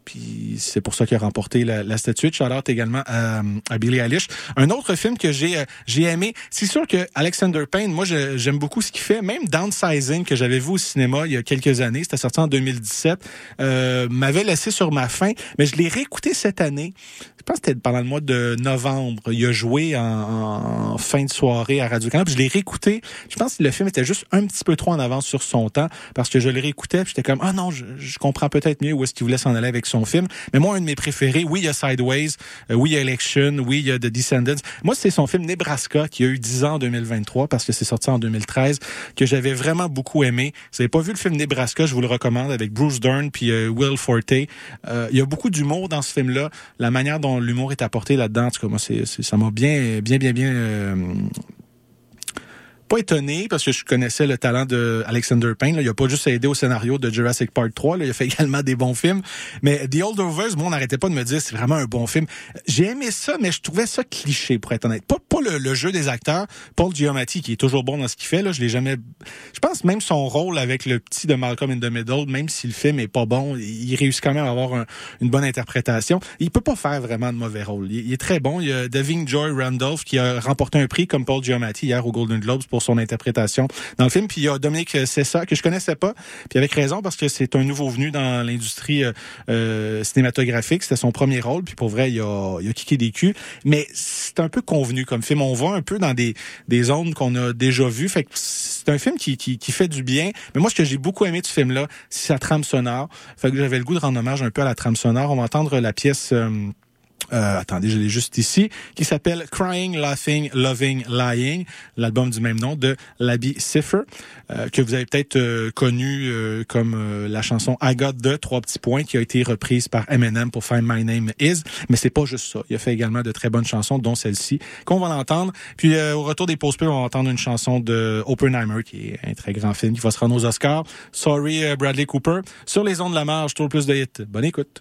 puis c'est pour ça qu'il a remporté la, la statuette. Shout-out également à, à Billie Eilish. Un autre film que j'ai euh, j'ai aimé, c'est sûr que Alexander Payne, moi je, j'aime beaucoup ce qu'il fait. Même Downsizing, que j'avais vu au cinéma il y a quelques années, c'était sorti en deux mille dix-sept, euh, m'avait laissé sur ma faim, mais je l'ai réécouté cette année. Je pense que c'était pendant le mois de novembre. Il a joué en, en fin de soirée à Radio-Canada, puis je l'ai réécouté. Je pense que le film était juste un petit peu trop en avance sur son temps, parce que je le réécoutais, puis j'étais comme, ah non, je, je comprends peut-être mieux où est-ce qu'il voulait s'en aller avec son film. Mais moi, un de mes préférés, oui, il y a Sideways, euh, oui, il y a Election, oui, il y a The Descendants. Moi, c'est son film Nebraska, qui a eu dix ans en deux mille vingt-trois, parce que c'est sorti en deux mille treize, que j'avais vraiment beaucoup aimé. Si vous n'avez pas vu le film Nebraska, je vous le recommande, avec Bruce Dern puis euh, Will Forte. Euh, il y a beaucoup d'humour dans ce film-là. La manière dont l'humour est apporté là-dedans, en tout cas, moi, c'est, c'est, ça m'a bien, bien, bien, bien... Euh, pas étonné, parce que je connaissais le talent de Alexander Payne. Là. Il a pas juste aidé au scénario de Jurassic Park trois, là. Il a fait également des bons films. Mais The Holdovers, moi, on n'arrêtait pas de me dire c'est vraiment un bon film. J'ai aimé ça, mais je trouvais ça cliché, pour être honnête. Pas, pas le, le jeu des acteurs. Paul Giamatti, qui est toujours bon dans ce qu'il fait, là, je l'ai jamais... Je pense même son rôle avec le petit de Malcolm in the Middle, même si le film est pas bon, il réussit quand même à avoir un, une bonne interprétation. Il peut pas faire vraiment de mauvais rôle. Il, il est très bon. Il y a Devin Joy Randolph, qui a remporté un prix comme Paul Giamatti hier au Golden Globes pour son interprétation dans le film. Puis il y a Dominique Sessa, que je connaissais pas, puis avec raison, parce que c'est un nouveau venu dans l'industrie euh, euh, cinématographique. C'était son premier rôle, puis pour vrai, il a, il a kické des culs. Mais c'est un peu convenu comme film. On va un peu dans des, des zones qu'on a déjà vues. Fait que c'est un film qui, qui, qui fait du bien. Mais moi, ce que j'ai beaucoup aimé de ce film-là, c'est sa trame sonore. Fait que j'avais le goût de rendre hommage un peu à la trame sonore. On va entendre la pièce... Euh, Euh, attendez, je l'ai juste ici, qui s'appelle Crying, Laughing, Loving, Lying, l'album du même nom de Labi Siffre, euh, que vous avez peut-être euh, connu euh, comme euh, la chanson I Got The, trois petits points, qui a été reprise par Eminem pour Find My Name Is, mais c'est pas juste ça. Il a fait également de très bonnes chansons, dont celle-ci, qu'on va l'entendre. Puis euh, au retour des pauses pubs, on va entendre une chanson de Oppenheimer, qui est un très grand film, qui va se rendre aux Oscars. Sorry, euh, Bradley Cooper. Sur les ondes de la marge, toujours plus de hits. Bonne écoute.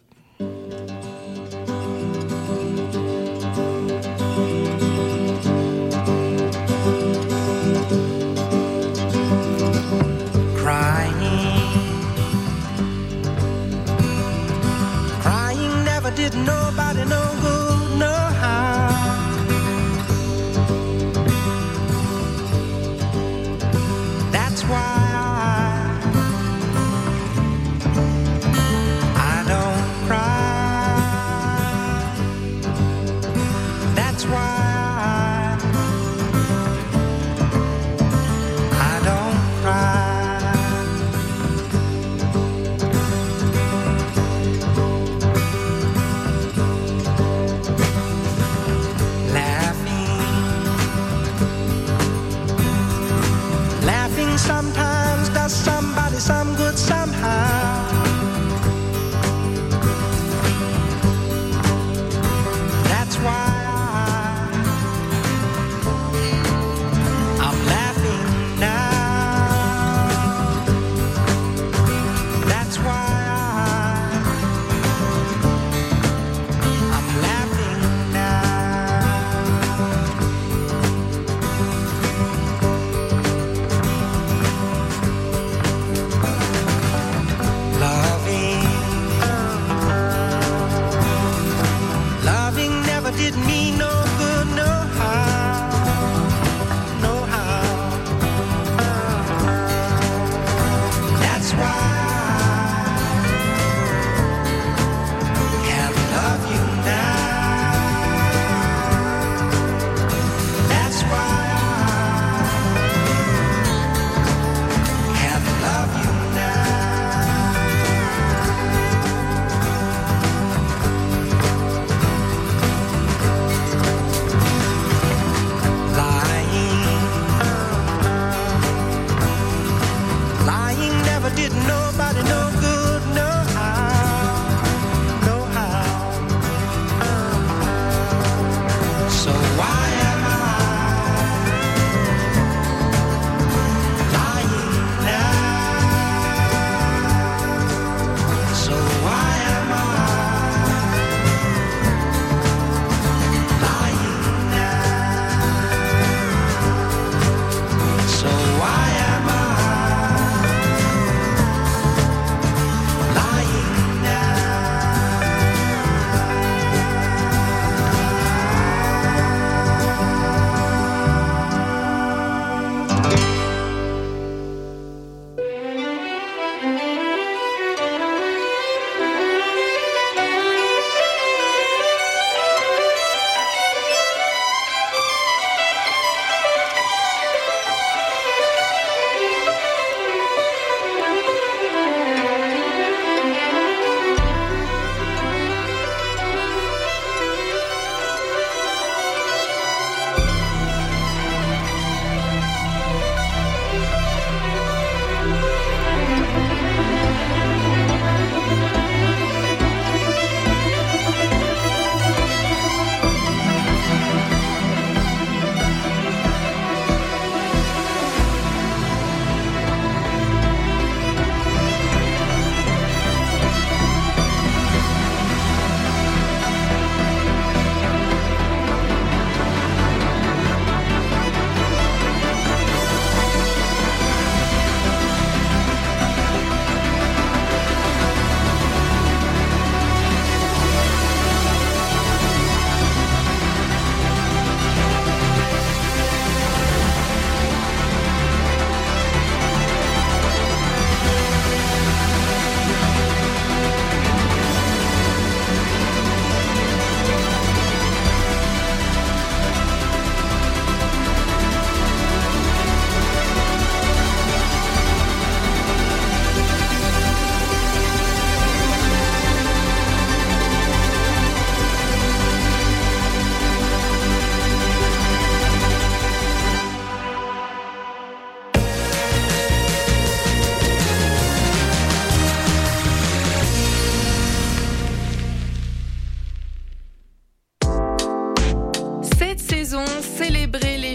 Did nobody no good, no harm. That's why I, I don't cry. That's why I, I don't cry. Sometimes does somebody some good somehow. That's why I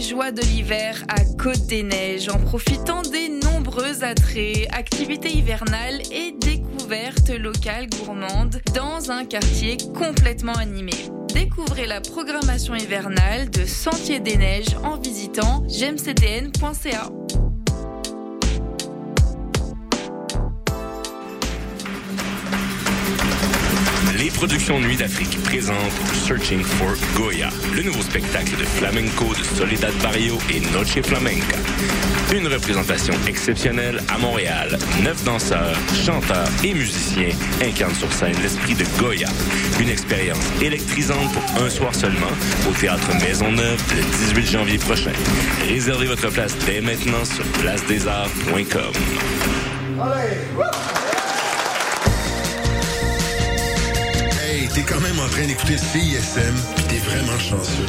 joies de l'hiver à Côte-des-Neiges en profitant des nombreux attraits, activités hivernales et découvertes locales gourmandes dans un quartier complètement animé. Découvrez la programmation hivernale de Sentier des Neiges en visitant g m c d n point c a. Les productions Nuit d'Afrique présentent Searching for Goya, le nouveau spectacle de flamenco de Soledad Barrio et Noche Flamenca. Une représentation exceptionnelle à Montréal. Neuf danseurs, chanteurs et musiciens incarnent sur scène l'esprit de Goya. Une expérience électrisante pour un soir seulement au Théâtre Maisonneuve le dix-huit janvier prochain. Réservez votre place dès maintenant sur place des arts point com. T'es quand même en train d'écouter C I S M, pis t'es vraiment chanceux.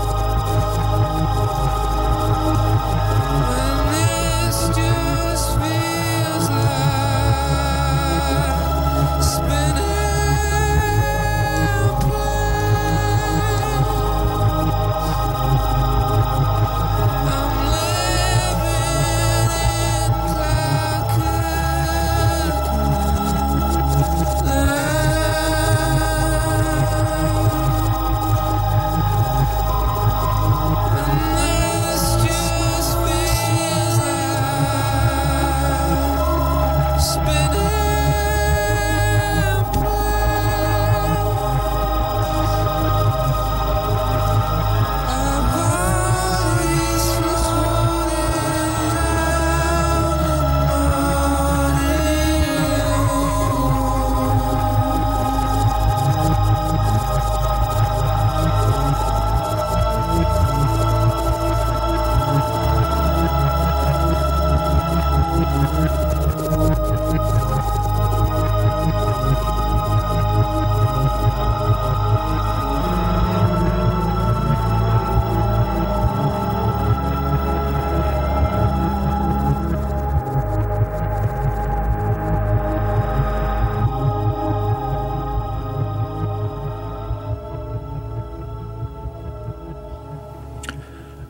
Just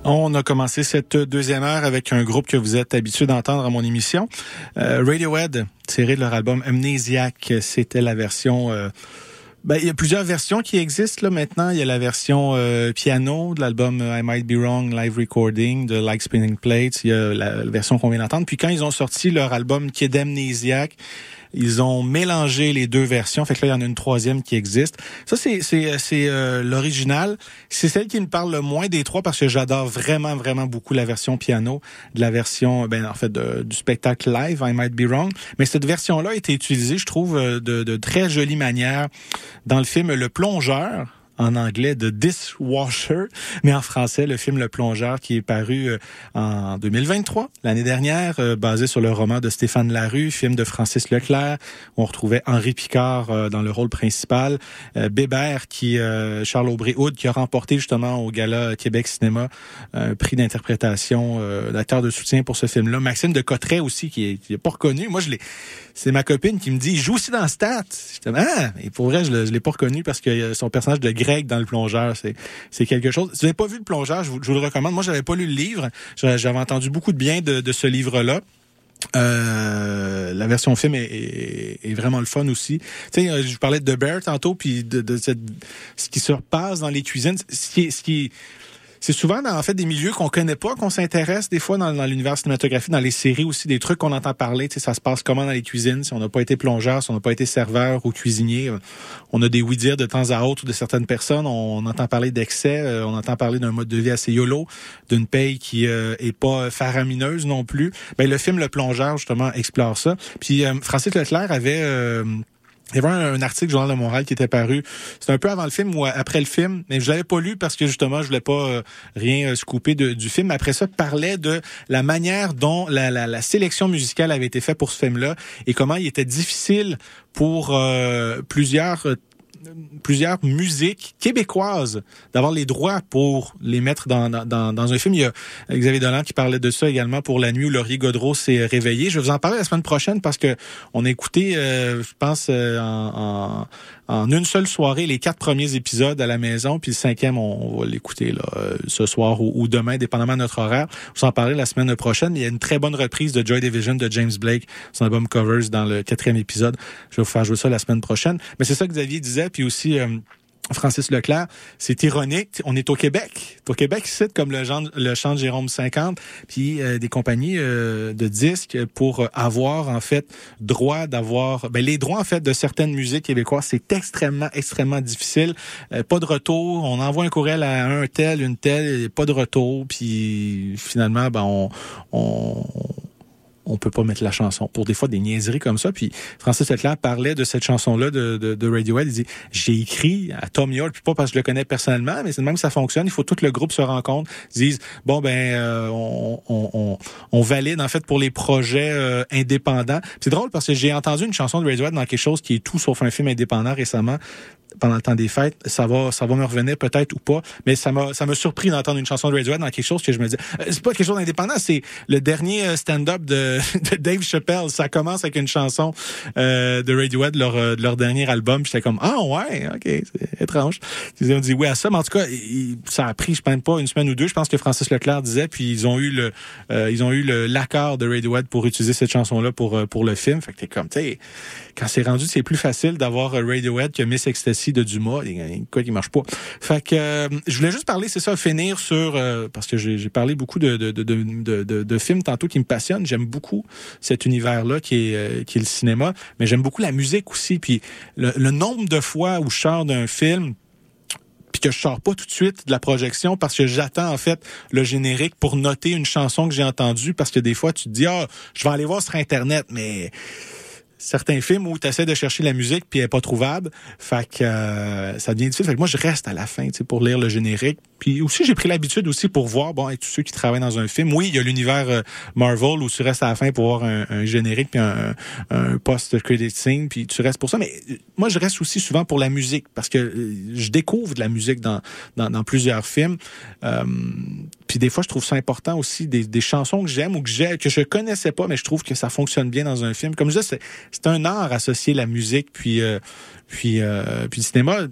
On a commencé cette deuxième heure avec un groupe que vous êtes habitué d'entendre à mon émission. Euh, Radiohead, tiré de leur album Amnesiac, c'était la version... Euh, ben, il y a plusieurs versions qui existent là maintenant. Il y a la version euh, piano de l'album I Might Be Wrong Live Recording de Like Spinning Plates. Il y a la, la version qu'on vient d'entendre. Puis quand ils ont sorti leur album qui est d'Amnesiac, ils ont mélangé les deux versions. Fait que là, il y en a une troisième qui existe. Ça, c'est c'est c'est euh, l'original. C'est celle qui me parle le moins des trois parce que j'adore vraiment, vraiment beaucoup la version piano de la version, ben en fait, de, du spectacle live, I Might Be Wrong. Mais cette version-là a été utilisée, je trouve, de, de très jolie manière dans le film Le Plongeur, en anglais de Dishwasher, mais en français, le film Le Plongeur qui est paru euh, en deux mille vingt-trois, l'année dernière, euh, basé sur le roman de Stéphane Larue, film de Francis Leclerc, où on retrouvait Henri Picard euh, dans le rôle principal, euh, Bébert, qui euh, Charles Aubry-Oud, qui a remporté justement au Gala Québec Cinéma un prix d'interprétation euh, d'acteur de soutien pour ce film-là. Maxime de Cotteret aussi, qui est, qui est pas reconnu. Moi, je l'ai... C'est ma copine qui me dit, il joue aussi dans Stats. Je dis, ah, et pour vrai, je ne l'ai pas reconnu parce que son personnage de Greg dans Le Plongeur, c'est, c'est quelque chose. Si vous n'avez pas vu Le Plongeur, je vous, je vous le recommande. Moi, j'avais pas lu le livre. J'avais entendu beaucoup de bien de, de ce livre-là. Euh, la version film est, est, est vraiment le fun aussi. Tu sais, je vous parlais de The Bear tantôt, puis de, de cette, ce qui se repasse dans les cuisines. Ce qui, ce qui C'est souvent dans en fait des milieux qu'on connaît pas, qu'on s'intéresse des fois dans, dans l'univers cinématographique, dans les séries aussi, des trucs qu'on entend parler. Tu sais, ça se passe comment dans les cuisines, si on n'a pas été plongeur, si on n'a pas été serveur ou cuisinier. On a des oui-dire de temps à autre de certaines personnes. On, on entend parler d'excès, euh, on entend parler d'un mode de vie assez YOLO, d'une paye qui euh, est pas faramineuse non plus. Ben le film Le Plongeur justement explore ça. Puis euh, Francis Leclerc avait euh, Il y avait un, un article du Journal de Montréal qui était paru. C'était un peu avant le film ou après le film, mais je l'avais pas lu parce que justement je voulais pas euh, rien euh, scooper de, du film. Après ça, parlait de la manière dont la, la, la sélection musicale avait été faite pour ce film-là et comment il était difficile pour euh, plusieurs euh, plusieurs musiques québécoises d'avoir les droits pour les mettre dans, dans, dans un film. Il y a Xavier Dolan qui parlait de ça également pour La nuit où Laurier Gaudreau s'est réveillé. Je vais vous en parler la semaine prochaine parce que on a écouté, euh, je pense, euh, en, en, en une seule soirée les quatre premiers épisodes à la maison, puis le cinquième, on, on va l'écouter là ce soir ou, ou demain, dépendamment de notre horaire. Je vais en parler la semaine prochaine. Il y a une très bonne reprise de Joy Division de James Blake, son album Covers, dans le quatrième épisode. Je vais vous faire jouer ça la semaine prochaine. Mais c'est ça que Xavier disait, puis aussi euh, Francis Leclerc, c'est ironique. On est au Québec. Au Québec, c'est comme le, genre, le chant de Jérôme cinquante, puis euh, des compagnies euh, de disques pour avoir en fait droit d'avoir, ben les droits en fait de certaines musiques québécoises. C'est extrêmement, extrêmement difficile. Euh, pas de retour. On envoie un courriel à un tel, une telle, pas de retour. Puis finalement, ben on, on on peut pas mettre la chanson pour des fois des niaiseries comme ça. Puis Francis Leclerc parlait de cette chanson-là de, de, de Radiohead. Il dit, j'ai écrit à Tom York, puis pas parce que je le connais personnellement, mais c'est de même que ça fonctionne. Il faut que tout le groupe se rencontre, disent, bon ben, euh, on, on, on, on valide en fait pour les projets euh, indépendants. Puis c'est drôle parce que j'ai entendu une chanson de Radiohead dans quelque chose qui est tout sauf un film indépendant récemment. Pendant le temps des fêtes, ça va, ça va me revenir peut-être ou pas, mais ça m'a, ça m'a surpris d'entendre une chanson de Radiohead dans quelque chose que je me dis, euh, c'est pas quelque chose d'indépendant, c'est le dernier stand-up de, de Dave Chappelle. Ça commence avec une chanson euh, de Radiohead de leur, de leur dernier album. Puis j'étais comme, ah ouais, ok, c'est étrange. Ils ont dit oui à ça, mais en tout cas, il, ça a pris, je pense pas une semaine ou deux. Je pense que Francis Leclerc disait, puis ils ont eu le, euh, ils ont eu le, l'accord de Radiohead pour utiliser cette chanson-là pour pour le film. Fait que t'es comme, tu sais, quand c'est rendu, c'est plus facile d'avoir Radiohead que Miss Ecstasy de Dumas. Quoi, il marche pas. Fait que euh, je voulais juste parler, c'est ça, finir sur euh, parce que j'ai, j'ai parlé beaucoup de de, de de de de films tantôt qui me passionnent. J'aime beaucoup cet univers-là qui est euh, qui est le cinéma, mais j'aime beaucoup la musique aussi. Puis le, le nombre de fois où je sors d'un film puis que je sors pas tout de suite de la projection parce que j'attends en fait le générique pour noter une chanson que j'ai entendue, parce que des fois tu te dis ah, je vais aller voir sur Internet, mais certains films où tu essaies de chercher la musique puis elle est pas trouvable, fait que euh, ça devient difficile. Fait que moi je reste à la fin, tu sais, pour lire le générique. Puis aussi j'ai pris l'habitude aussi pour voir bon et tous ceux qui travaillent dans un film. Oui, il y a l'univers euh, Marvel où tu restes à la fin pour voir un, un générique puis un, un post-credit scene, puis tu restes pour ça. Mais moi je reste aussi souvent pour la musique parce que euh, je découvre de la musique dans dans, dans plusieurs films. Euh, puis des fois je trouve ça important aussi des, des chansons que j'aime ou que j'ai que je connaissais pas, mais je trouve que ça fonctionne bien dans un film. Comme je disais, c'est c'est un art associé la musique puis euh, puis euh, puis le cinéma.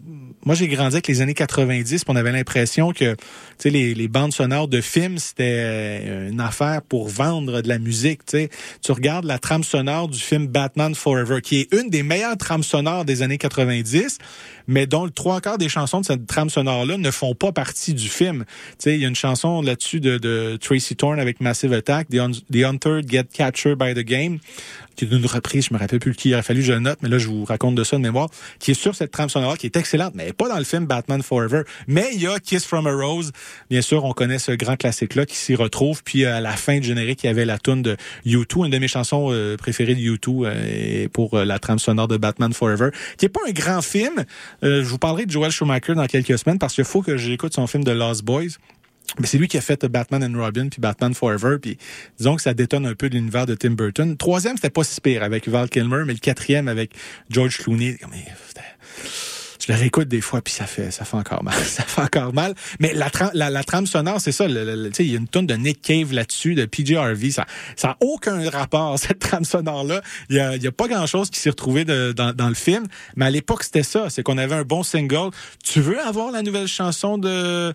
moi, j'ai grandi avec les années quatre-vingt-dix, puis on avait l'impression que, tu sais, les, les bandes sonores de films, c'était une affaire pour vendre de la musique, tu sais. Tu regardes la trame sonore du film Batman Forever, qui est une des meilleures trames sonores des années quatre-vingt-dix, mais dont le trois quarts des chansons de cette trame sonore-là ne font pas partie du film. Tu sais, il y a une chanson là-dessus de, de Tracy Thorn avec Massive Attack, The, Un- The Hunter Get Captured by the Game, qui est une reprise, je me rappelle plus qui, il aurait fallu que je le note, mais là, je vous raconte de ça de mémoire, qui est sur cette trame sonore, qui est excellente, mais elle n'est pas dans le film Batman Forever. Mais il y a Kiss from a Rose. Bien sûr, on connaît ce grand classique-là qui s'y retrouve. Puis, à la fin du générique, il y avait la tune de U deux, une de mes chansons euh, préférées de U deux, euh, pour euh, la trame sonore de Batman Forever, qui est pas un grand film. Euh, je vous parlerai de Joel Schumacher dans quelques semaines, parce qu'il faut que j'écoute son film de Lost Boys. Mais c'est lui qui a fait Batman and Robin puis Batman Forever, puis disons que ça détonne un peu de l'univers de Tim Burton. Troisième, c'était pas si pire avec Val Kilmer, mais le quatrième avec George Clooney, c'était... Je le réécoute des fois, puis ça fait ça fait encore mal. Ça fait encore mal. Mais la, tra- la, la trame sonore, c'est ça. Le, le, tu sais, il y a une tonne de Nick Cave là-dessus, de P J Harvey. Ça ça a aucun rapport, cette trame sonore-là. Il y a, il y a pas grand-chose qui s'est retrouvé de, dans, dans le film. Mais à l'époque, c'était ça. C'est qu'on avait un bon single. Tu veux avoir la nouvelle chanson de,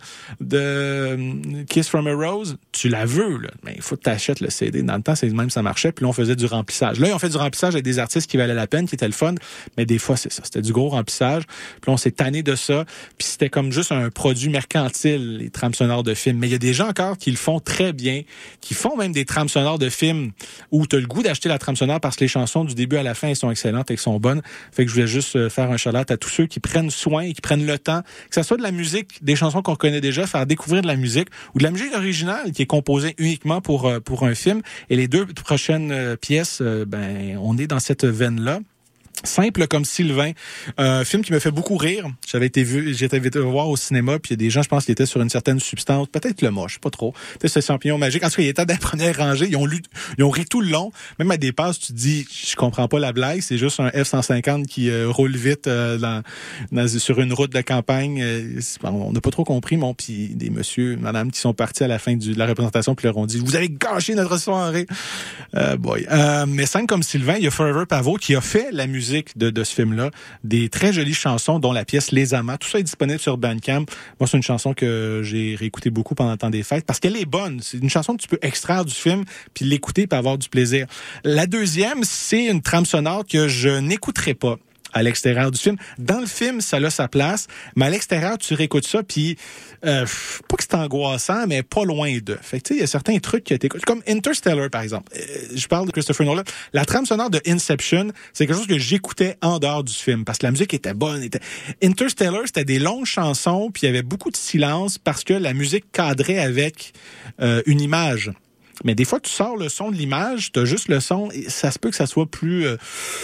de Kiss from a Rose? Tu la veux, là. Mais il faut que tu achètes le C D. Dans le temps, c'est même ça marchait. Puis là, on faisait du remplissage. Là, ils ont fait du remplissage avec des artistes qui valaient la peine, qui étaient le fun. Mais des fois, c'est ça. C'était du gros remplissage. Puis là, on s'est tanné de ça. Puis c'était comme juste un produit mercantile, les trames sonores de films. Mais il y a des gens encore qui le font très bien, qui font même des trames sonores de films où tu as le goût d'acheter la trame sonore parce que les chansons du début à la fin, elles sont excellentes et elles sont bonnes. Fait que je voulais juste faire un shout-out à tous ceux qui prennent soin et qui prennent le temps, que ce soit de la musique, des chansons qu'on connaît déjà, faire découvrir de la musique, ou de la musique originale qui est composée uniquement pour, pour un film. Et les deux prochaines pièces, ben, on est dans cette veine-là. Simple comme Sylvain, un film qui me fait beaucoup rire. J'avais été vu, j'ai été voir au cinéma, puis il y a des gens, je pense, qui étaient sur une certaine substance, peut-être le moche, pas trop. Tu sais, ce champignon magique. En tout cas, il était dans la première rangée, ils ont lu, ils ont ri tout le long. Même à des passes, tu te dis, je comprends pas la blague, c'est juste un F cent cinquante qui euh, roule vite euh, dans, dans, sur une route de campagne. Euh, on n'a pas trop compris, mon, puis des messieurs, madame, qui sont partis à la fin du, de la représentation, puis leur ont dit, vous avez gâché notre soirée. Euh, boy. Euh, mais simple comme Sylvain, il y a Forever Pavot qui a fait la musique De, de ce film-là, des très jolies chansons, dont la pièce Les Amants. Tout ça est disponible sur Bandcamp. Moi, c'est une chanson que j'ai réécoutée beaucoup pendant le temps des fêtes parce qu'elle est bonne. C'est une chanson que tu peux extraire du film puis l'écouter puis avoir du plaisir. La deuxième, c'est une trame sonore que je n'écouterai pas à l'extérieur du film. Dans le film, ça a sa place, mais à l'extérieur, tu réécoutes ça, puis euh, pas que c'est angoissant, mais pas loin de. Fait que tu sais, il y a certains trucs que t'écoutes, comme Interstellar, par exemple. Euh, je parle de Christopher Nolan. La trame sonore de Inception, c'est quelque chose que j'écoutais en dehors du film, parce que la musique était bonne. Était... Interstellar, c'était des longues chansons, puis il y avait beaucoup de silence, parce que la musique cadrait avec euh, une image. Mais des fois, tu sors le son de l'image, t'as juste le son, et ça se peut que ça soit plus... Euh,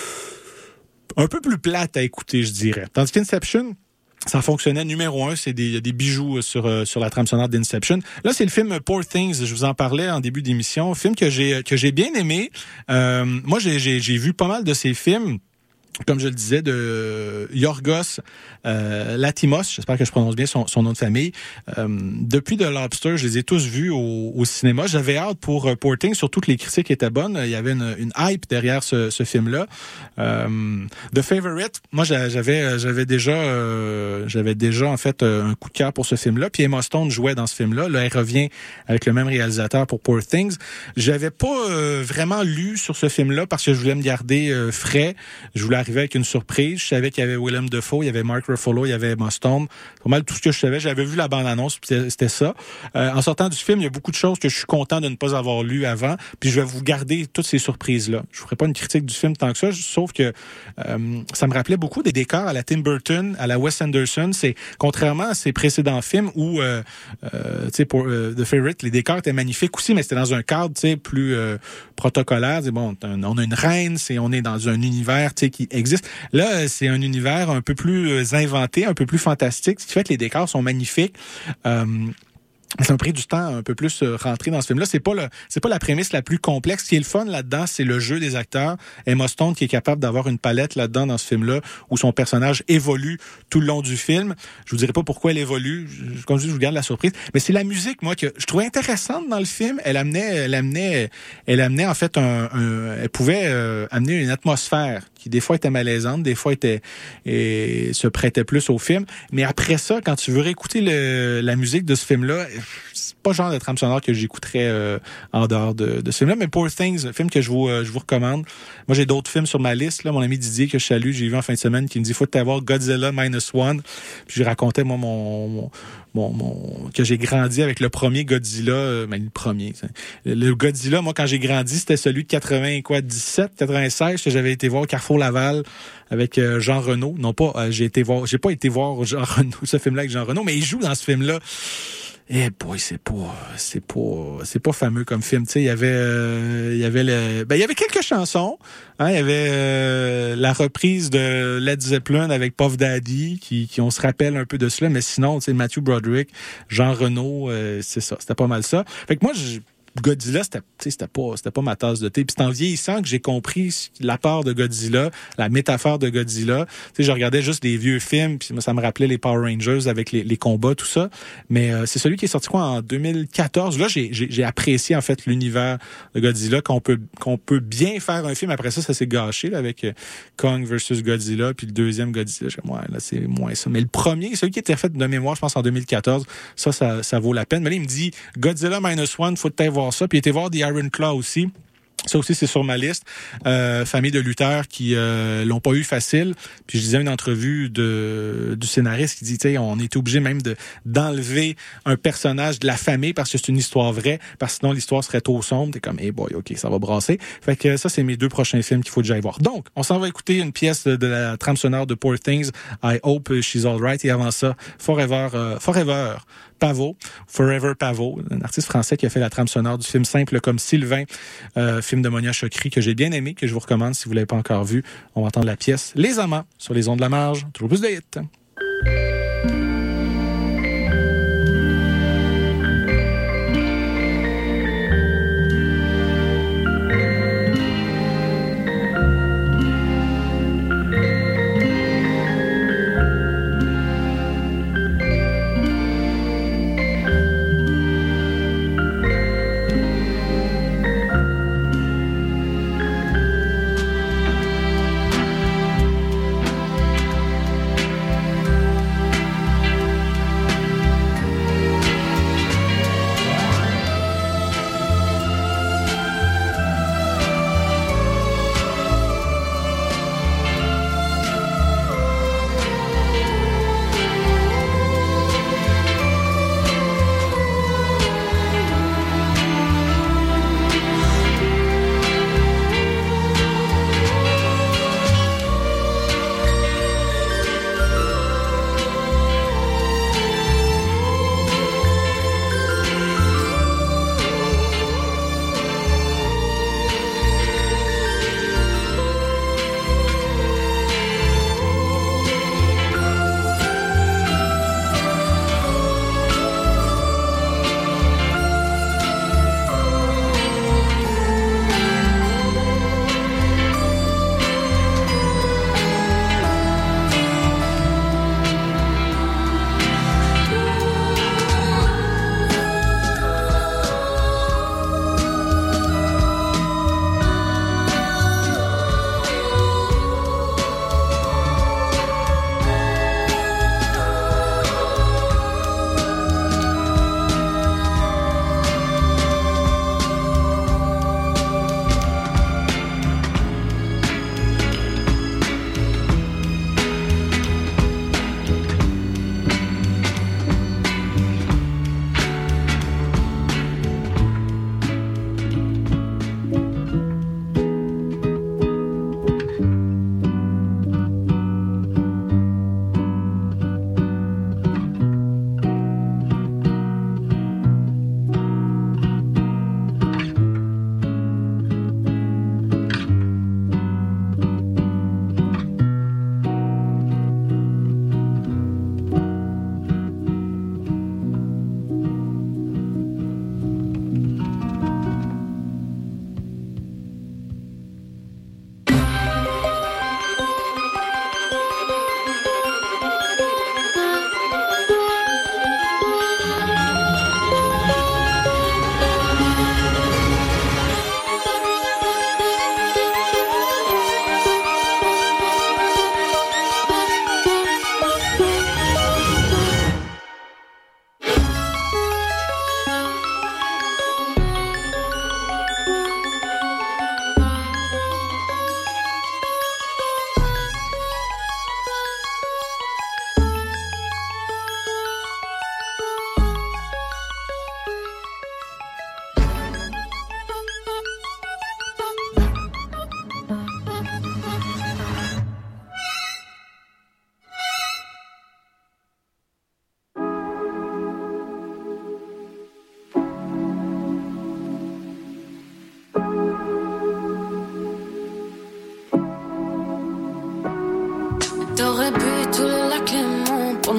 un peu plus plate à écouter, je dirais. Tandis qu'Inception, ça fonctionnait. Numéro un, c'est des, il y a des bijoux sur, euh, sur la trame sonore d'Inception. Là, c'est le film Poor Things. Je vous en parlais en début d'émission. Film que j'ai, que j'ai bien aimé. Euh, moi, j'ai, j'ai, j'ai vu pas mal de ces films. Comme je le disais, de Yorgos euh, Lanthimos, j'espère que je prononce bien son, son nom de famille. Euh, depuis The Lobster, je les ai tous vus au, au cinéma. J'avais hâte pour euh, Poor Things, surtout que les critiques étaient bonnes. Il y avait une, une hype derrière ce, ce film-là. Euh, The Favourite, moi j'avais j'avais déjà euh, j'avais déjà en fait un coup de cœur pour ce film-là. Puis Emma Stone jouait dans ce film-là. Là, elle revient avec le même réalisateur pour Poor Things. J'avais pas euh, vraiment lu sur ce film-là parce que je voulais me garder euh, frais. Je voulais arrivé avec une surprise. Je savais qu'il y avait Willem Dafoe, il y avait Mark Ruffalo, il y avait Emma Stone. Pas mal tout ce que je savais. J'avais vu la bande-annonce, c'était, c'était ça. Euh, en sortant du film, il y a beaucoup de choses que je suis content de ne pas avoir lues avant. Puis je vais vous garder toutes ces surprises-là. Je ne ferai pas une critique du film tant que ça, sauf que euh, ça me rappelait beaucoup des décors à la Tim Burton, à la Wes Anderson. C'est contrairement à ses précédents films où, euh, euh, tu sais, pour euh, The Favourite, les décors étaient magnifiques aussi, mais c'était dans un cadre, tu sais, plus euh, protocolaire. C'est bon, on a une reine, c'est on est dans un univers, tu sais, qui existe. Là, c'est un univers un peu plus inventé, un peu plus fantastique, ce qui fait que les décors sont magnifiques. Euh, Ça m'a pris du temps un peu plus euh, rentrer dans ce film-là. C'est pas le, c'est pas la prémisse la plus complexe. Ce qui est le fun là-dedans, c'est le jeu des acteurs. Emma Stone qui est capable d'avoir une palette là-dedans dans ce film-là où son personnage évolue tout le long du film. Je vous dirai pas pourquoi elle évolue. Je, comme je dis, je vous garde la surprise. Mais c'est la musique, moi, que je trouvais intéressante dans le film. Elle amenait, elle amenait, elle amenait en fait un, un elle pouvait euh, amener une atmosphère qui des fois était malaisante, des fois était et se prêtait plus au film. Mais après ça, quand tu veux réécouter le, la musique de ce film-là, c'est pas le genre de trame sonore que j'écouterais euh, en dehors de, de ce film-là. Mais Poor Things, un film que je vous, euh, je vous recommande. Moi, j'ai d'autres films sur ma liste. Là, mon ami Didier que je salue, j'ai vu en fin de semaine, qui me dit faut t'avoir Godzilla Minus One. Puis je lui racontais moi mon, mon Mon, mon, que j'ai grandi avec le premier Godzilla, euh, ben, le premier. Le Godzilla, moi, quand j'ai grandi, c'était celui de quatre-vingt-dix-sept, quatre-vingt-seize, que j'avais été voir au Carrefour Laval avec euh, Jean Reno. Non pas, euh, j'ai été voir, j'ai pas été voir Jean Reno, ce film-là avec Jean Reno, mais il joue dans ce film-là. Eh boy, c'est pas, c'est pas, c'est pas fameux comme film. Tu sais, il y avait, euh, il y avait le, ben il y avait quelques chansons. Hein, il y avait euh, la reprise de Led Zeppelin avec Puff Daddy, qui, qui on se rappelle un peu de cela. Mais sinon, tu sais, Matthew Broderick, Jean Reno, euh, c'est ça, c'était pas mal ça. Fait que moi, je Godzilla, c'était, c'était pas, c'était pas ma tasse de thé. Puis c'est en vieillissant que j'ai compris la part de Godzilla, la métaphore de Godzilla. Tu sais, je regardais juste des vieux films, puis ça me rappelait les Power Rangers avec les, les combats, tout ça. Mais euh, c'est celui qui est sorti quoi en deux mille quatorze. Là, j'ai, j'ai, j'ai apprécié en fait l'univers de Godzilla, qu'on peut, qu'on peut bien faire un film. Après ça, ça s'est gâché là, avec Kong versus Godzilla, puis le deuxième Godzilla. Je dis, ouais, là, c'est moins ça. Mais le premier, celui qui était fait de mémoire, je pense en deux mille quatorze, ça, ça, ça vaut la peine. Mais là, il me dit Godzilla Minus One, faut peut-être voir ça. Puis il était voir The Iron Claw aussi. Ça aussi, c'est sur ma liste. Euh, famille de lutteurs qui euh, l'ont pas eu facile. Puis je disais une entrevue de du scénariste qui dit, tu sais, on est obligé même de d'enlever un personnage de la famille parce que c'est une histoire vraie, parce que sinon l'histoire serait trop sombre. T'es comme, hey boy, ok, ça va brasser. Fait que ça, c'est mes deux prochains films qu'il faut que j'aille voir. Donc, on s'en va écouter une pièce de, de la trame sonore de Poor Things, I Hope She's Alright. Et avant ça, Forever, euh, Forever. Pavot, Forever Pavot, un artiste français qui a fait la trame sonore du film Simple comme Sylvain, euh, film de Monia Chokri que j'ai bien aimé, que je vous recommande si vous l'avez pas encore vu. On va entendre la pièce Les Amants sur les ondes de la marge. Toujours plus de hits.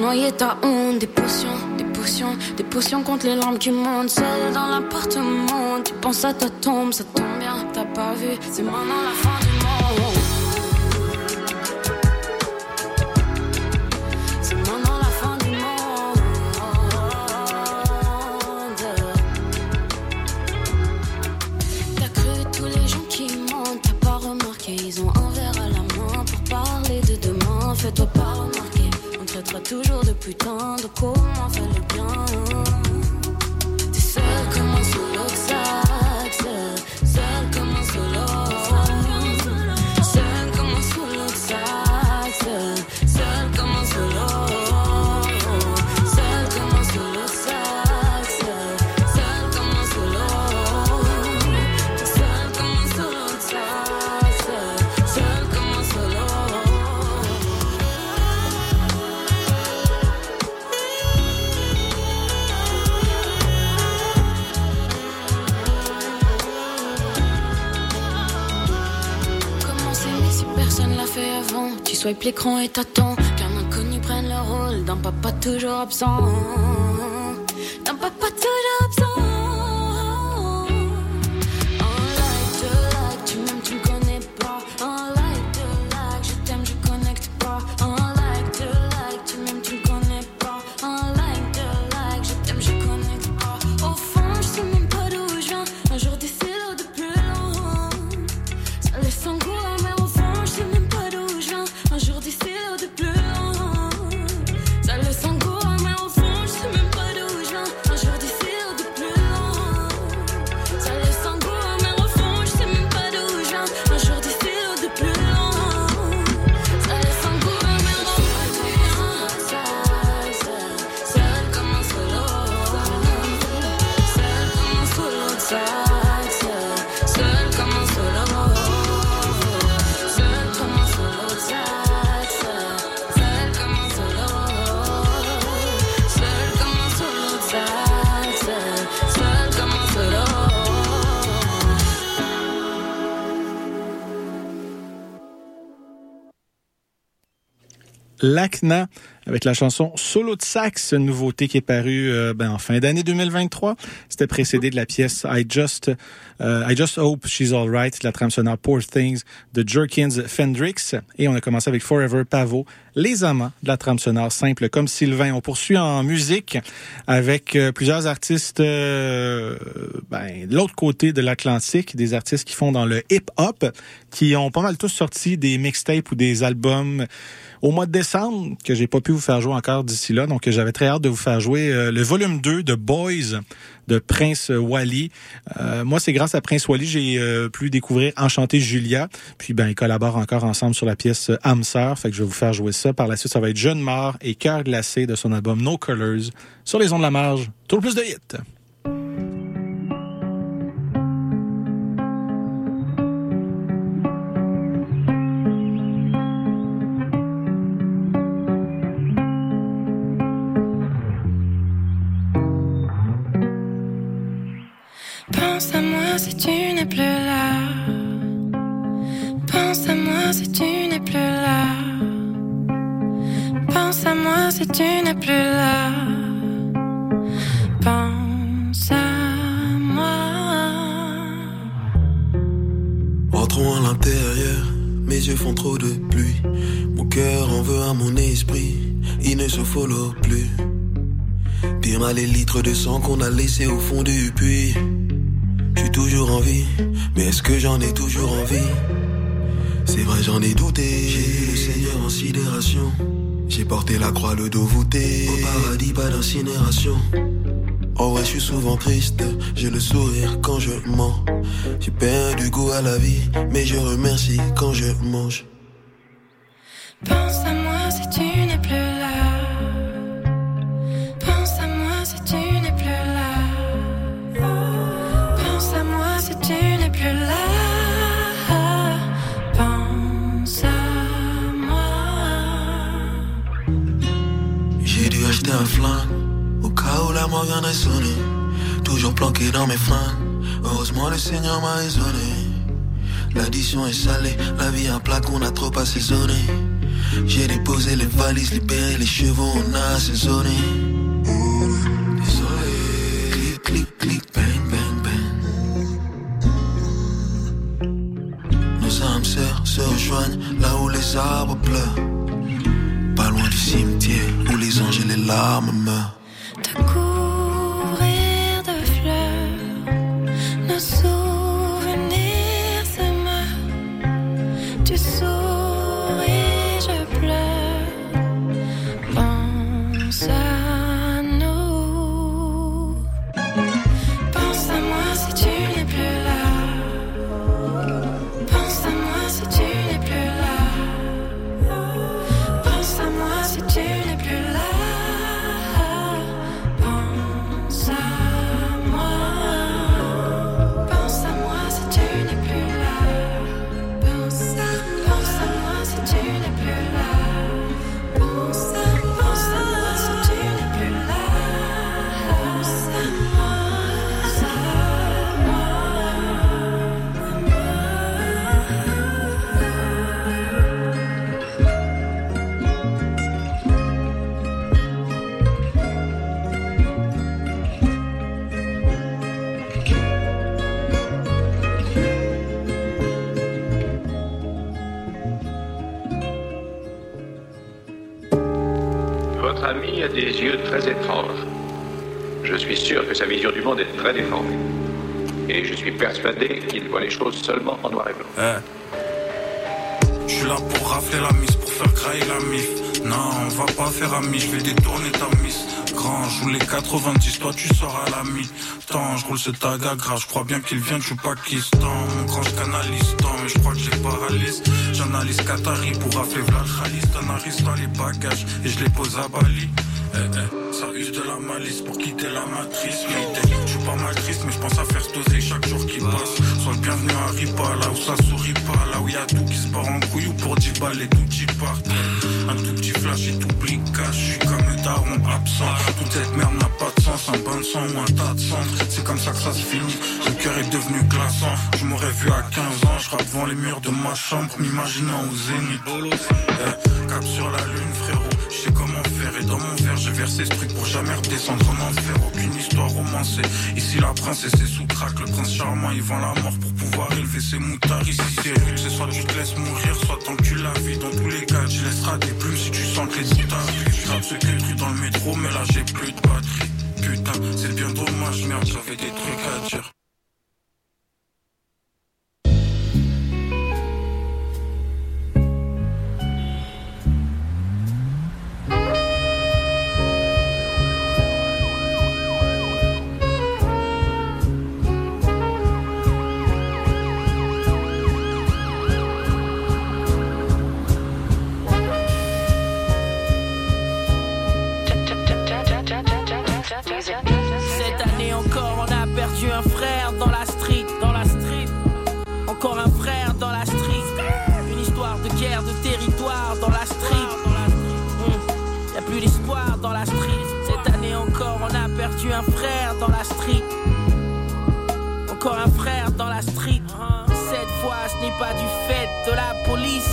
noyer ta honte. Des potions, des potions, des potions contre les larmes qui montent. Seule dans l'appartement, tu penses à ta tombe. Ça tombe bien, t'as pas vu, c'est maintenant la fin du monde. C'est maintenant la fin du monde. T'as cru tous les gens qui mentent, t'as pas remarqué, ils ont un verre à la main pour parler de demain. Fais-toi pas remarquer, on traitera toujours de putain, de comment faire le bien. T'es seul comme un solo de sax, seul comme un solo, seul comme un solo de sax, seul comme un solo, seul comme un solo de sax, seul comme un solo, seul comme un solo de sax, seul comme un solo. Comment s'aimer si personne l'a fait avant? Tu swipes l'écran et t'attends qu'un inconnu prenne le rôle d'un papa toujours absent. D'un papa toujours absent. Un like, deux likes, tu m'aimes, tu me connais pas. Un like, deux likes, je t'aime, je connecte pas. Un like, deux likes, tu m'aimes, tu me connais pas. Un like, deux likes, je t'aime, je connecte pas. Au fond, je sais même pas d'où je viens. Un jour décide de plus loin. Ça laisse un goût amer au fond, je sais même pas d'où je viens. Un jour décide de plus loin. Ça laisse un goût amer au fond, je sais même pas d'où je viens. Un jour décide de plus loin. Ça laisse un goût amer au fond, je sais même pas d'où je viens. Un jour décide de plus loin. Ça laisse un goût amer au fond. Seul comme un solo, seul comme un solo de sax, seul comme un solo, seul comme un solo de sax, seul comme un solo, seul comme un solo de sax, seul comme un solo. Lacna avec la chanson Solo de sax, une nouveauté qui est parue euh, ben, en fin d'année deux mille vingt-trois. C'était précédé de la pièce I Just euh, I Just Hope She's Alright, la trame sonore Poor Things de Jerkins Fendrix. Et on a commencé avec Forever Pavo, les amants de la trame sonore simple comme Sylvain. On poursuit en musique avec euh, plusieurs artistes euh, ben, de l'autre côté de l'Atlantique, des artistes qui font dans le hip-hop, qui ont pas mal tous sorti des mixtapes ou des albums au mois de décembre, que j'ai pas pu vous faire jouer encore d'ici là. Donc, j'avais très hâte de vous faire jouer euh, le volume deux de Boys de Prince Wally. Euh, moi, c'est grâce à Prince Wally, j'ai euh, pu découvrir Enchanté Julia. Puis, ben, ils collaborent encore ensemble sur la pièce Âme Sœur. Fait que je vais vous faire jouer ça. Par la suite, ça va être Jeune Mort et Cœur glacé de son album No Colors sur les ondes de la marge. Tout le plus de hits. Pense à moi si tu n'es plus là. Pense à moi si tu n'es plus là. Pense à moi si tu n'es plus là. Pense à moi. Entrons à l'intérieur, mes yeux font trop de pluie. Mon cœur en veut à mon esprit, il ne se follow plus. Dire-moi les litres de sang qu'on a laissés au fond du puits. J'suis toujours en vie, mais est-ce que j'en ai toujours envie? C'est vrai, j'en ai douté. J'ai vu le Seigneur en sidération. J'ai porté la croix, le dos voûté. Au paradis, pas d'incinération. En vrai, j'suis souvent triste. J'ai le sourire quand je mens. J'ai perdu goût à la vie, mais je remercie quand je mange. Pense à moi si tu n'es plus là. Pense à moi si tu n'es plus là. Pense à moi si tu n'es plus là. Pense à moi. J'ai dû acheter un flingue au cas où la morgane a sonné. Toujours planqué dans mes flingues. Heureusement le Seigneur m'a raisonné. L'addition est salée, la vie un plat qu'on a trop assaisonné. J'ai déposé les valises, libéré les chevaux, on a assaisonné. Désolé. Clic, clic, clic, bang, bang, bang. Nos âmes sœurs se rejoignent là où les arbres pleurent. Pas loin du cimetière où les anges et les larmes meurent. De courir de fleurs, nos souvenirs se meurent. Tu souris, je pleure. Pense à nous. Pense à moi si tu n'es plus là. Pense à moi si tu n'es plus là. Pense à moi si tu n'es plus là. Pense à moi. Pense à moi si tu n'es plus là. Pense à, pense à moi si tu n'es plus là. Pense à, pense à moi si tu n'es plus là. Pense à moi, pense à moi. Votre ami a des yeux très étranges. Je suis sûr que sa vision du monde est très déformée. Et je suis persuadé qu'il voit les choses seulement en noir et blanc. Hey. Je suis là pour rafler la mise, pour faire crailler la mif. Non, on va pas faire ami, je vais détourner ta miss. Grand, je joue les quatre-vingt-dix, toi tu sors à la mi-temps. Je roule ce tag à gras, je crois bien qu'il vient du Pakistan. Mon grand, je canalise tant, mais je crois que j'ai paralyse. J'analyse Qatari pour rafler Vlad Khalis. T'analyses dans les bagages et je les pose à Bali. Eh, eh, ça use de la malice pour quitter la matrice. Mayday, je suis pas mal triste, mais je pense à faire stoser chaque jour qui passe. Sois le bienvenu à Ripa, là où ça sourit pas. Là où y a tout qui se part en couille ou pour dix balles et tout y part. Un tout petit flash et tout blique cash. Je suis comme un daron absent. Toute cette merde n'a pas de sens. Un bain de sang ou un tas de cendres. C'est comme ça que ça se finit. Le cœur est devenu glaçant. Je m'aurais vu à quinze ans. Je rappe devant les murs de ma chambre, m'imaginant au zénith. Eh, cap sur la lune, frérot. Je sais comment faire et dans mon verre j'ai versé ce truc pour jamais redescendre en enfer. Aucune histoire romancée. Ici la princesse est sous crack. Le prince charmant il vend la mort pour pouvoir élever ses moutards. Ici c'est rude, c'est soit tu te laisses mourir, soit t'encules la vie. Dans tous les cas tu laisseras des plumes si tu sens que les doutes arrivent. Je rappe ce qu'est le truc dans le métro mais là j'ai plus de batterie. Putain c'est bien dommage, merde j'avais des trucs à dire. Cette année encore on a perdu un frère dans la street, dans la street. Encore un frère dans la street. Une histoire de guerre, de territoire dans la street. Mmh. Y'a plus d'espoir dans la street. Cette année encore on a perdu un frère dans la street. Encore un frère dans la street. Cette fois ce n'est pas du fait de la police.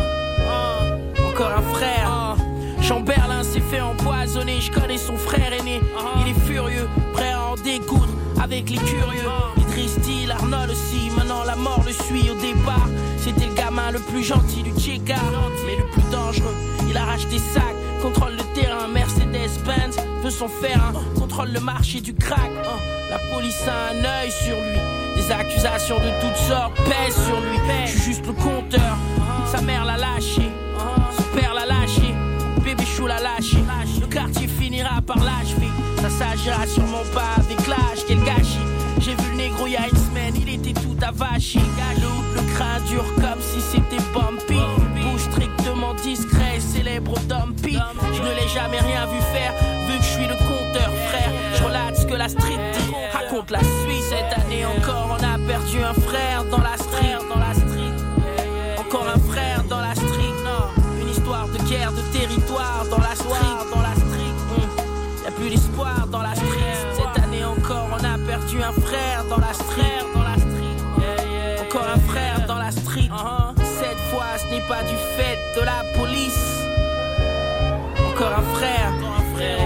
Encore un frère. Jean Berlin s'est fait empoisonner, je connais son frère aîné. Il est furieux, prêt à en découdre avec les curieux. Idriss dit, Arnold aussi, maintenant la mort le suit. Au départ, c'était le gamin le plus gentil du Tcheka, mais le plus dangereux. Il arrache des sacs, contrôle le terrain. Mercedes-Benz veut s'en faire un, contrôle le marché du crack. La police a un œil sur lui, des accusations de toutes sortes pèsent sur lui. Je suis juste le compteur, sa mère l'a lâché, son père l'a lâché. Bébé chou l'a lâché, le quartier finira par l'achever. Ça s'agira sûrement pas avec l'âge, quel gâchis. J'ai vu le négro y'a une semaine, il était tout avachi. Le, le crin dur comme si c'était bumpy. Bouge strictement discret, célèbre dumpy. Je ne l'ai jamais rien vu faire, vu que je suis le compteur, frère. Je relate ce que la street dit, raconte la suite. Cette année encore, on a perdu un frère dans la street. Encore un frère dans la street. Une histoire de guerre, de territoire dans la street. Dans la street. Mmh. Y'a plus d'espoir dans la street. Cette année encore, on a perdu un frère dans la street. Dans la street. Encore un frère dans la street. Cette fois, ce n'est pas du fait de la police. Encore un frère, encore un frère.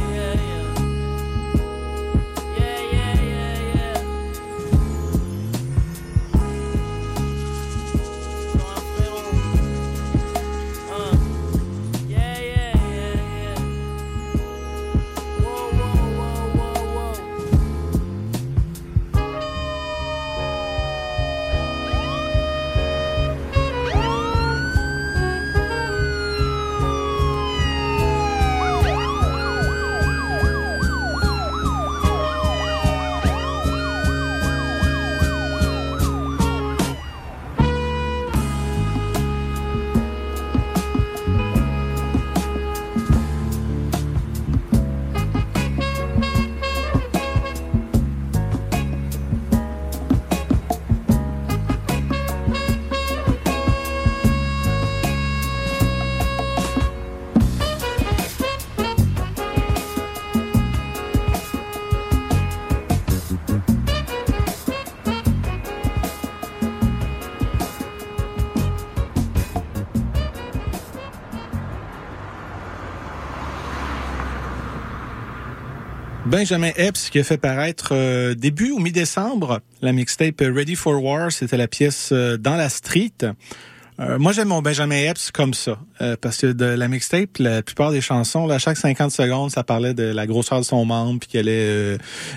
Benjamin Epps qui a fait paraître euh, début ou mi-décembre la mixtape Ready for War, c'était la pièce euh, Dans la Street. Euh, moi, j'aime mon Benjamin Epps comme ça, euh, parce que de la mixtape, la plupart des chansons, là, à chaque cinquante secondes, ça parlait de la grosseur de son membre, puis qu'elle est euh,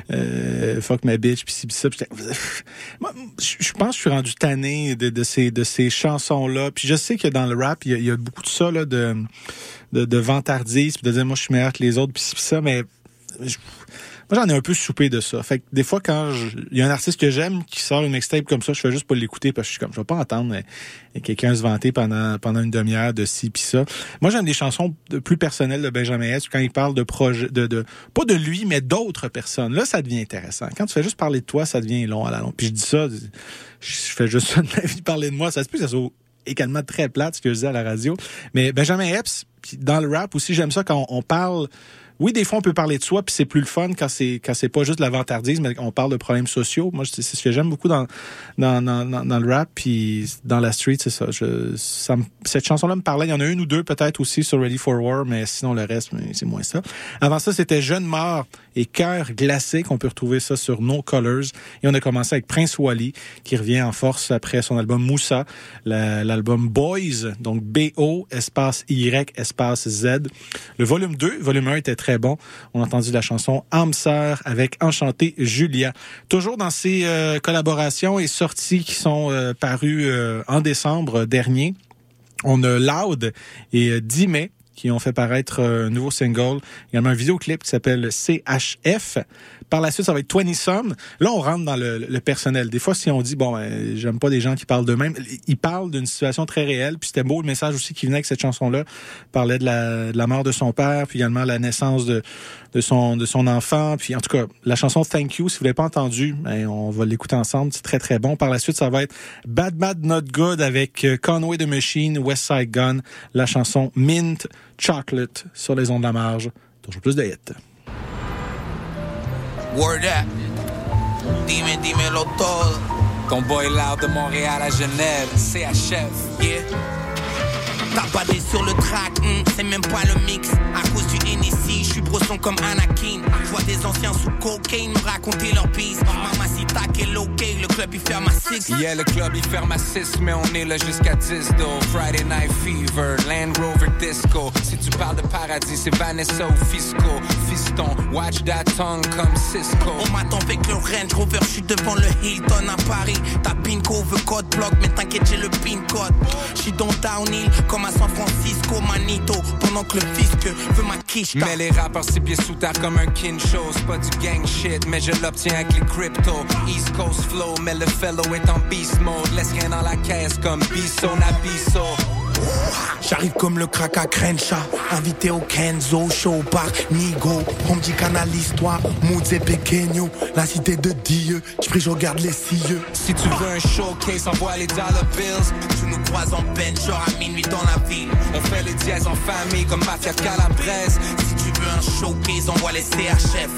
euh, fuck ma bitch, puis ci, puis ça. Pis moi, je pense que je suis rendu tanné de, de ces de ces chansons-là. Puis je sais que dans le rap, il y a, il y a beaucoup de ça là, de de, de vantardise, puis de dire moi je suis meilleur que les autres, puis ci, puis ça, mais je, moi, j'en ai un peu soupé de ça. Fait que des fois, quand il y a un artiste que j'aime qui sort une mixtape comme ça, je fais juste pas l'écouter parce que je suis comme, je vais pas entendre euh, quelqu'un se vanter pendant pendant une demi-heure de ci pis ça. Moi, j'aime des chansons de, plus personnelles de Benjamin Epps quand il parle de projet, de, de pas de lui, mais d'autres personnes. Là, ça devient intéressant. Quand tu fais juste parler de toi, ça devient long à la longue. Puis je dis ça, je fais juste ça de ma vie, parler de moi. Ça se peut que ça soit également très plate, ce que je disais à la radio. Mais Benjamin Epps, dans le rap aussi, j'aime ça quand on, on parle. Oui, des fois, on peut parler de soi, puis c'est plus le fun quand c'est quand c'est pas juste de la vantardise, mais on parle de problèmes sociaux. Moi, c'est, c'est ce que j'aime beaucoup dans dans, dans, dans le rap, puis dans la street, c'est ça. Je, ça me, cette chanson-là me parlait. Il y en a une ou deux peut-être aussi sur Ready for War, mais sinon le reste, c'est moins ça. Avant ça, c'était Jeune Mort et Cœur glacé, qu'on peut retrouver ça sur No Colors. Et on a commencé avec Prince Wally, qui revient en force après son album Moussa, la, l'album Boys, donc B O espace Y espace Z. Le volume deux, volume un était très très bon. On a entendu la chanson Âme sœur avec Enchanté Julia. Toujours dans ces euh, collaborations et sorties qui sont euh, parues euh, en décembre dernier, on a Loud et euh, dix mai qui ont fait paraître un nouveau single, également un vidéoclip qui s'appelle C H F. Par la suite, ça va être vingt Some. Là, on rentre dans le, le personnel. Des fois, si on dit, bon, ben, j'aime pas des gens qui parlent d'eux-mêmes, ils parlent d'une situation très réelle. Puis c'était beau le message aussi qui venait avec cette chanson-là. Il parlait de la, de la mort de son père, puis également la naissance de, de son, de son enfant. Puis en tout cas, la chanson Thank You, si vous l'avez pas entendue, ben, on va l'écouter ensemble. C'est très, très bon. Par la suite, ça va être Bad Bad Not Good avec Conway the Machine, West Side Gun, la chanson Mint Chocolate sur les ondes de la marge. Toujours plus de hits. Word up. Dime, dímelo todo. Ton boy Loud de Montréal à Genève, C H F. Yeah. T'as pas des sur le track, mm, c'est même pas le mix. À cause du Hennessy, je suis brosson comme Anakin. Je vois des anciens sous cocaine me raconter leur bise. Mamacita, quel ok, le club il ferme à six. Yeah, le club il ferme à six, mais on est là jusqu'à dix though. Friday Night Fever, Land Rover Disco. Si tu parles de paradis, c'est Vanessa ou Fisco. Fiston, watch that tongue comme Cisco. On m'attend avec le Range Rover, je suis devant le Hilton à Paris. Ta pinko veut code block, mais t'inquiète j'ai le pin code. Je suis dans Downhill, comme à San Francisco, Manito, pendant que le fisc veut ma quiche. Mais les rappeurs six pieds sous terre comme un Kincho. C'est pas du gang shit, mais je l'obtiens avec les crypto. East Coast flow, mais le fellow est en beast mode. Laisse rien dans la caisse comme Bisso Nabisso. J'arrive comme le crack à Crenshaw, invité au Kenzo Show par Nigo. On me dit canalise-toi, Moods et Pequeño, la cité de Dieu, qui prie je regarde les cieux. Si tu veux un showcase, envoie les dollar bills. Tu nous croises en bench, genre à minuit dans la ville. On fait les dièses en famille comme Mafia Calabrese. Si tu veux un showcase, envoie les C H F.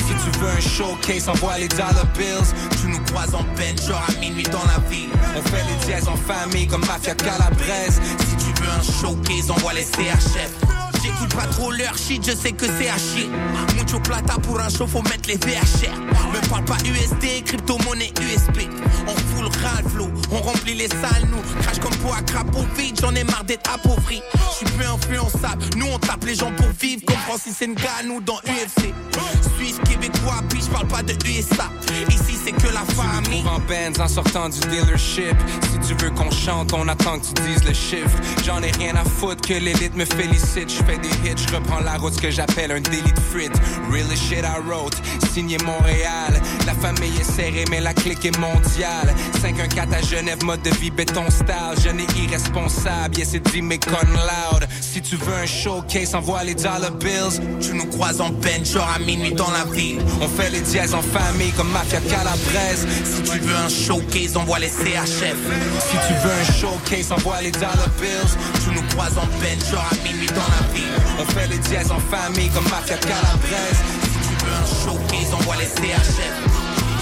Si tu veux un showcase, envoie les dollar bills. Tu nous croises en peine, genre à minuit dans la ville. On fait les dièses en famille comme Mafia Calabrese. Si tu veux un showcase, envoie les C H F. J'écoute pas trop leur shit, je sais que c'est à chier. Mucho plata pour un show, faut mettre les V H R. Me parle pas U S D, crypto-monnaie U S B. On fout le Ralflo, on remplit les salles, nous. Crash comme pour à crapaud vide, j'en ai marre d'être appauvri. J'suis plus influençable, nous on tape les gens pour vivre. Comme Francis Ngannou dans U F C. Suisse, québécois, puis j'parle pas de U S A. Ici c'est que la famille. Tu nous trouves en Benz en sortant du dealership. Si tu veux qu'on chante, on attend que tu dises le chiffre. J'en ai rien à foutre que l'élite me félicite. J'fais des hits, j'reprends la route, ce que j'appelle un délit de frites. Realest shit I wrote, signé Montréal. La famille est serrée, mais la clique est mondiale. cinq un quatre à Genève, mode de vie béton style. Jeune et irresponsable, yeah c'est dit mais con loud. Si tu veux un showcase, envoie les dollar bills. Tu nous croises en peine, genre à minuit dans la ville. On fait les dièses en famille comme Mafia Calabrese. Si tu veux un showcase, envoie les C H F. Si tu veux un showcase, envoie les dollar bills. Tu nous croises en peine, genre à minuit dans la ville. On fait les dièses en famille comme Mafia Calabrese. Si tu veux un showcase, envoie les C H F.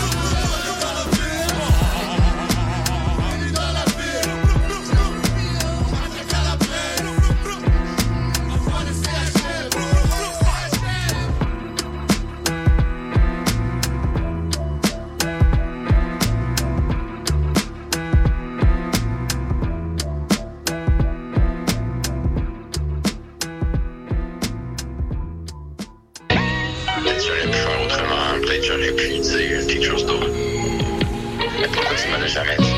J'aurais pu dire quelque chose d'autre. Mais pourquoi tu m'en as jamais dit?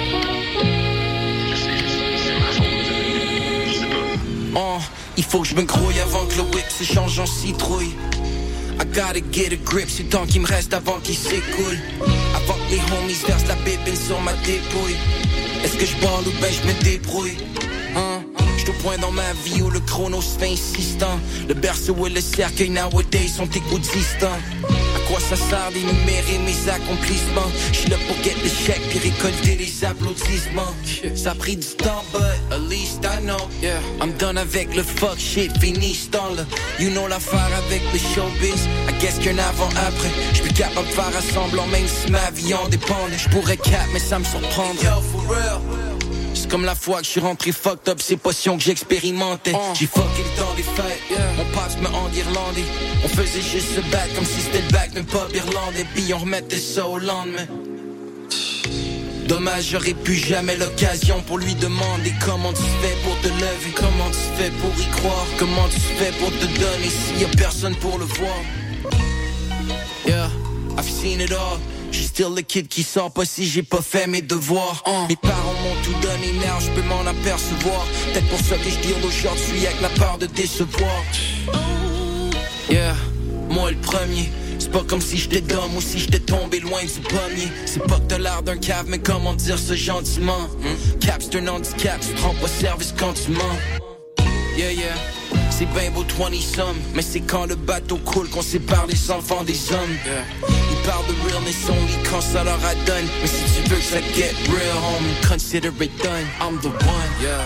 Je sais, je sais, c'est ma faute. Je sais pas. Oh, il faut que je me grouille avant que le whip se change en citrouille. I gotta get a grip, c'est le temps qu'il me reste avant qu'il s'écoule. Avant que les homies versent la bébine sur ma dépouille. Est-ce que je balle ou ben je me débrouille? Hein? J'suis au point dans ma vie où le chrono se fait insistant. Le berceau et le cercueil nowadays sont égoudistants. À quoi ça sert d'énumérer mes accomplissements? J'suis là pour get le chèque puis récolter les applaudissements. Ça a pris du temps but at least I know, yeah. I'm done avec le fuck shit, fini ce temps-là. You know l'affaire avec le showbiz, I guess qu'un avant-après. J'suis capable de faire assemblant même si ma vie en dépendait. J'pourrais cap mais ça me surprendrait. Yo, for real. C'est comme la fois que je suis rentré fucked up, ces potions que j'expérimentais. uh. J'ai fucké le temps des fêtes, yeah. Mon passe me en irlandais. On faisait juste se battre comme si c'était le bac mais pas irlandais. Puis on remettait ça au lendemain. Dommage, j'aurais plus jamais l'occasion pour lui demander comment tu fais pour te lever, comment tu fais pour y croire, comment tu fais pour te donner s'il y a personne pour le voir. Yeah, I've seen it all. J'suis still le kid qui sort pas si j'ai pas fait mes devoirs. uh. Mes parents m'ont tout donné, merde, j'peux m'en apercevoir. Peut-être pour ça que j'deal aujourd'hui avec la peur de décevoir. Yeah, moi le premier. C'est pas comme si j'étais d'homme ou si j'étais tombé loin du pommier. C'est pas que t'as l'air d'un cave, mais comment dire ça gentiment? hmm? Cap c'est un handicap, tu prends pas service quand tu mens. Yeah, yeah. C'est ben beau vingt sommes, mais c'est quand le bateau coule qu'on sépare les enfants des hommes. Yeah. Ils parlent de realness only quand ça leur adonne. Mais si tu veux que ça get real, homie, consider it done. I'm the one. Yeah.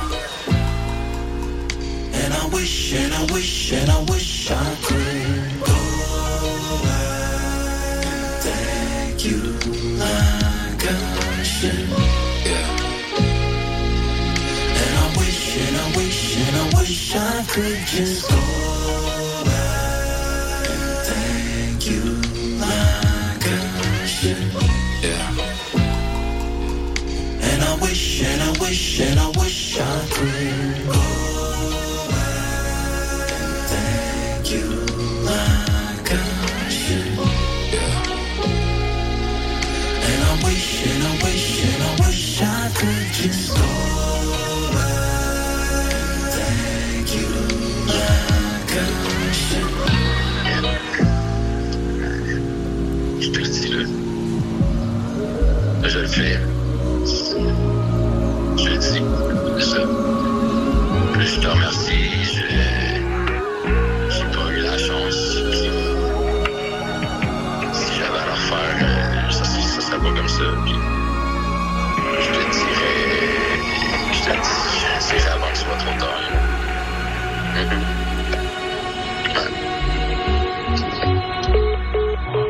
And I wish, and I wish, and I wish I could go back. Thank you like I should. Yeah. And I wish, and I wish, and I wish I could just go back and thank you like I should. Yeah. And I wish, and I wish, and I wish I could go back and thank you like I should. Yeah. And I wish, and I wish, and I wish I could just go. Je te le dis là. Je le fais. Je le dis. Ça. Je te remercie. Je... J'ai pas eu la chance. Puis... Si j'avais à le refaire, ça, ça serait pas comme ça. Puis... Je te dirais. Je te le dirais avant que ce soit trop tard. Mm-hmm. Ouais.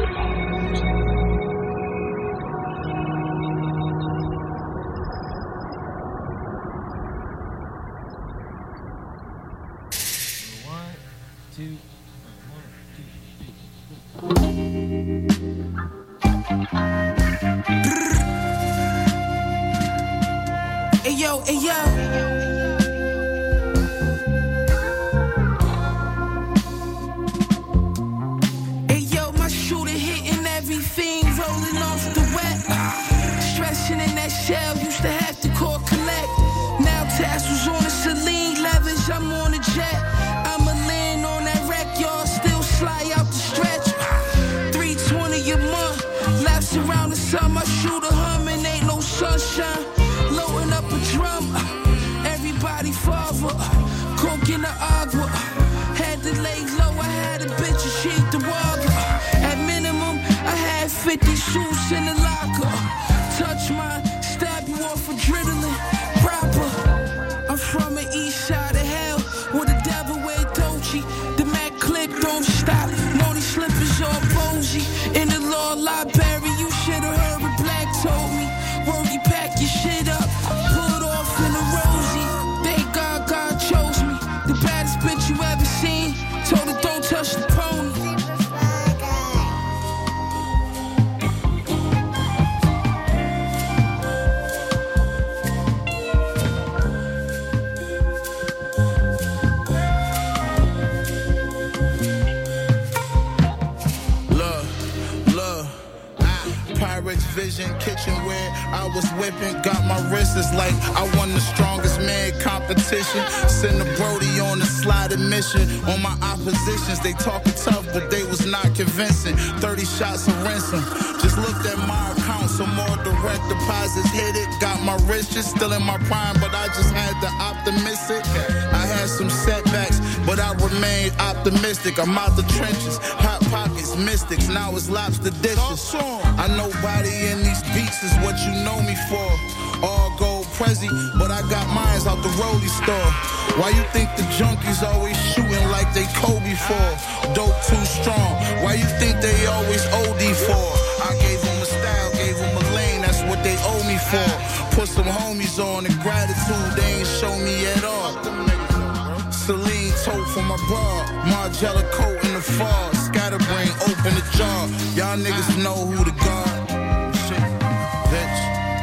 everything rolling off the wet. Stretching in that shell, used to have to call collect. Now tassels on the Celine leathers, I'm on a jet. I'ma land on that wreck, y'all still slide out the stretch. three twenty a month, laps around the sun, I shoot a hum and ain't no sunshine. Loading up a drum, everybody father, coke in the agua. Had to lay low, I had a bitch and she the water. At minimum, I had fifty suits in the locker. Touch mine, stab you off adrenaline, proper. I'm from the east side of hell, where the devil wear Dolce. The Mac clip don't stop, know these slippers all bosey. In the law library, you should've heard what Black told me. Worry, pack your shit up, pull it off in a rosy. Thank God God chose me, the baddest bitch you ever seen. Told her don't touch the pony. Vision, kitchenware, I was whipping, got my wrists like I won the strongest man competition. Send a Brody on a slided mission. On my oppositions, they talking tough, but they was not convincing. thirty shots of ransom. Just looked at my account, some more direct deposits hit it. Got my riches still in my prime, but I just had the optimistic. I had some setbacks, but I remained optimistic. I'm out the trenches, hot pockets, mystics. Now it's lobster dishes. I know body in these beats is what you know me for. All gold Prezi, but I got mines out the Rollie store. Why you think the junkies always shooting like they Kobe for? Dope too strong. Why you think they always O D for? I gave them a style, gave them a lane, that's what they owe me for. Put some homies on and gratitude they ain't show me at all. Celine tote for my bra, Margiela coat in the fall. Scatterbrain open the jar. Y'all niggas know who the guard. Shit, bitch.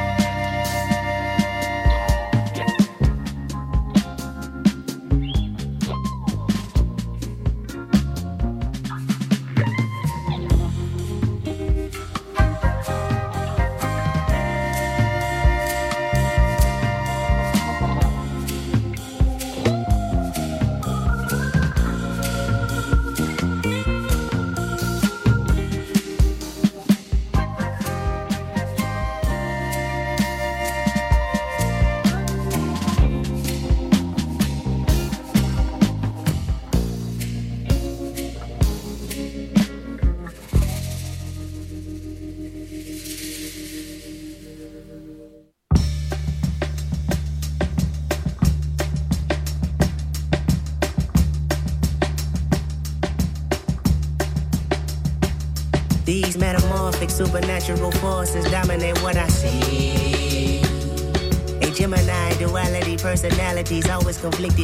These metamorphic supernatural forces dominate what I see. A Gemini duality, personalities always conflicted.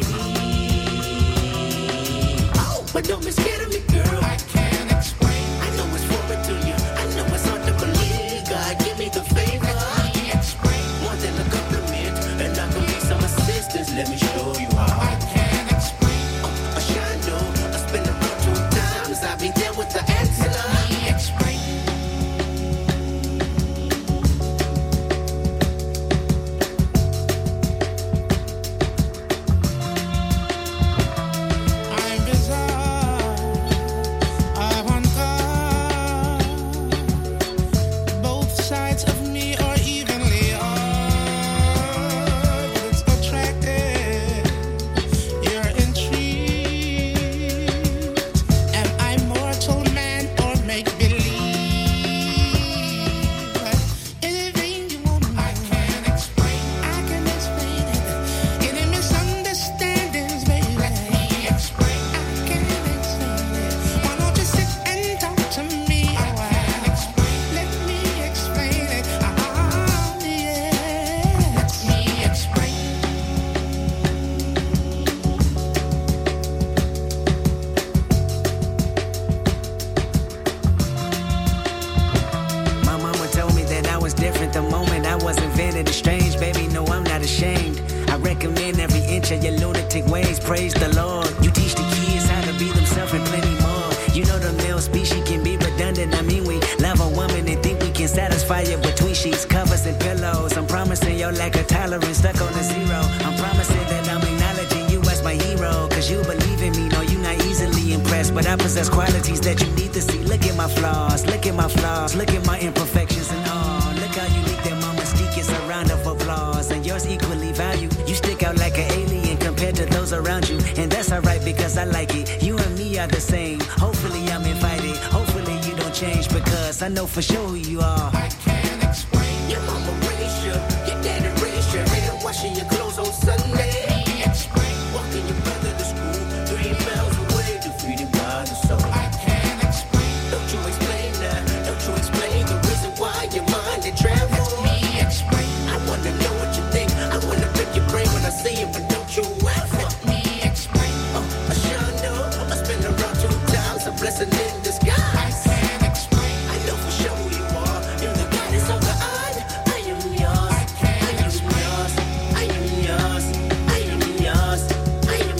Oh, but don't be scared of me, girl. I can't explain. I know it's foreign to you. I know it's hard to believe. God, give me the favor. I can't explain. More than a compliment, and I can be some assistance. Let me show you how. I can't explain. Oh, a shine, I spin around two times. I'll be there with the answer. Praise the Lord. You teach the kids how to be themselves and plenty more. You know the male species can be redundant. I mean, we love tolerance stuck on a zero. I'm promising that I'm acknowledging you as my hero. Cause you believe in me, no, you not easily impressed. But I possess qualities that you need to see. Look at my flaws, look at my flaws, look at my imperfections and all. Look how unique that my mystique is, a round of applause. And yours equally valued. You stick out like an alien compared to those around you. And that's alright because I like it. You and me are the same. Hopefully I'm invited. Hopefully you don't change because I know for sure who you are. I can't explain. Your mama raised you, your daddy raised you, and washing your clothes on Sunday. Explain. Walking your brother to school, three miles away, defeated by the soul. I can't explain. Don't you explain that? Don't you explain the reason why your mind it travels? Me explain. I wanna know what you think. I wanna pick your brain when I say it, but don't you ever me explain? Oh, I sure know. I spend around two times, a blessing in disguise. I can't explain. I know for sure who you are. You're the goddess of the eye. I am yours. I am yours. I am yours. I am yours. I am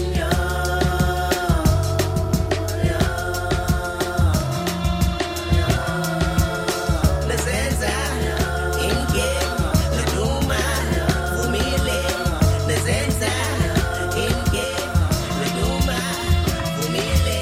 yours. Lezenza, inge, leduma, umile. Lezenza, inge, leduma, umile.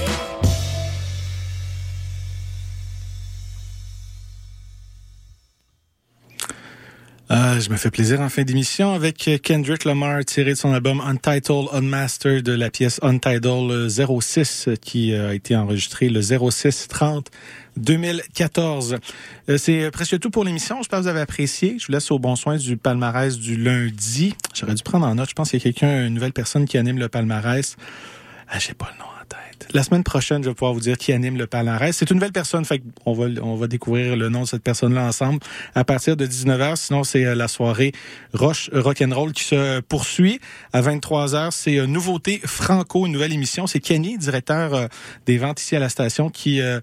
Ah, je me fais plaisir en fin d'émission avec Kendrick Lamar tiré de son album Untitled Unmastered de la pièce Untitled zéro six qui a été enregistrée le zéro six trente deux mille quatorze. C'est presque tout pour l'émission. J'espère que vous avez apprécié. Je vous laisse au bon soin du palmarès du lundi. J'aurais dû prendre en note. Je pense qu'il y a quelqu'un, une nouvelle personne qui anime le palmarès. Ah, j'ai pas le nom en tête. La semaine prochaine, je vais pouvoir vous dire qui anime le palmarès. C'est une nouvelle personne, fait qu'on va, on va découvrir le nom de cette personne-là ensemble à partir de dix-neuf heures. Sinon, c'est la soirée Roche Rock'n'Roll qui se poursuit. À vingt-trois heures, c'est Nouveauté Franco, une nouvelle émission. C'est Kenny, directeur des ventes ici à la station, qui euh,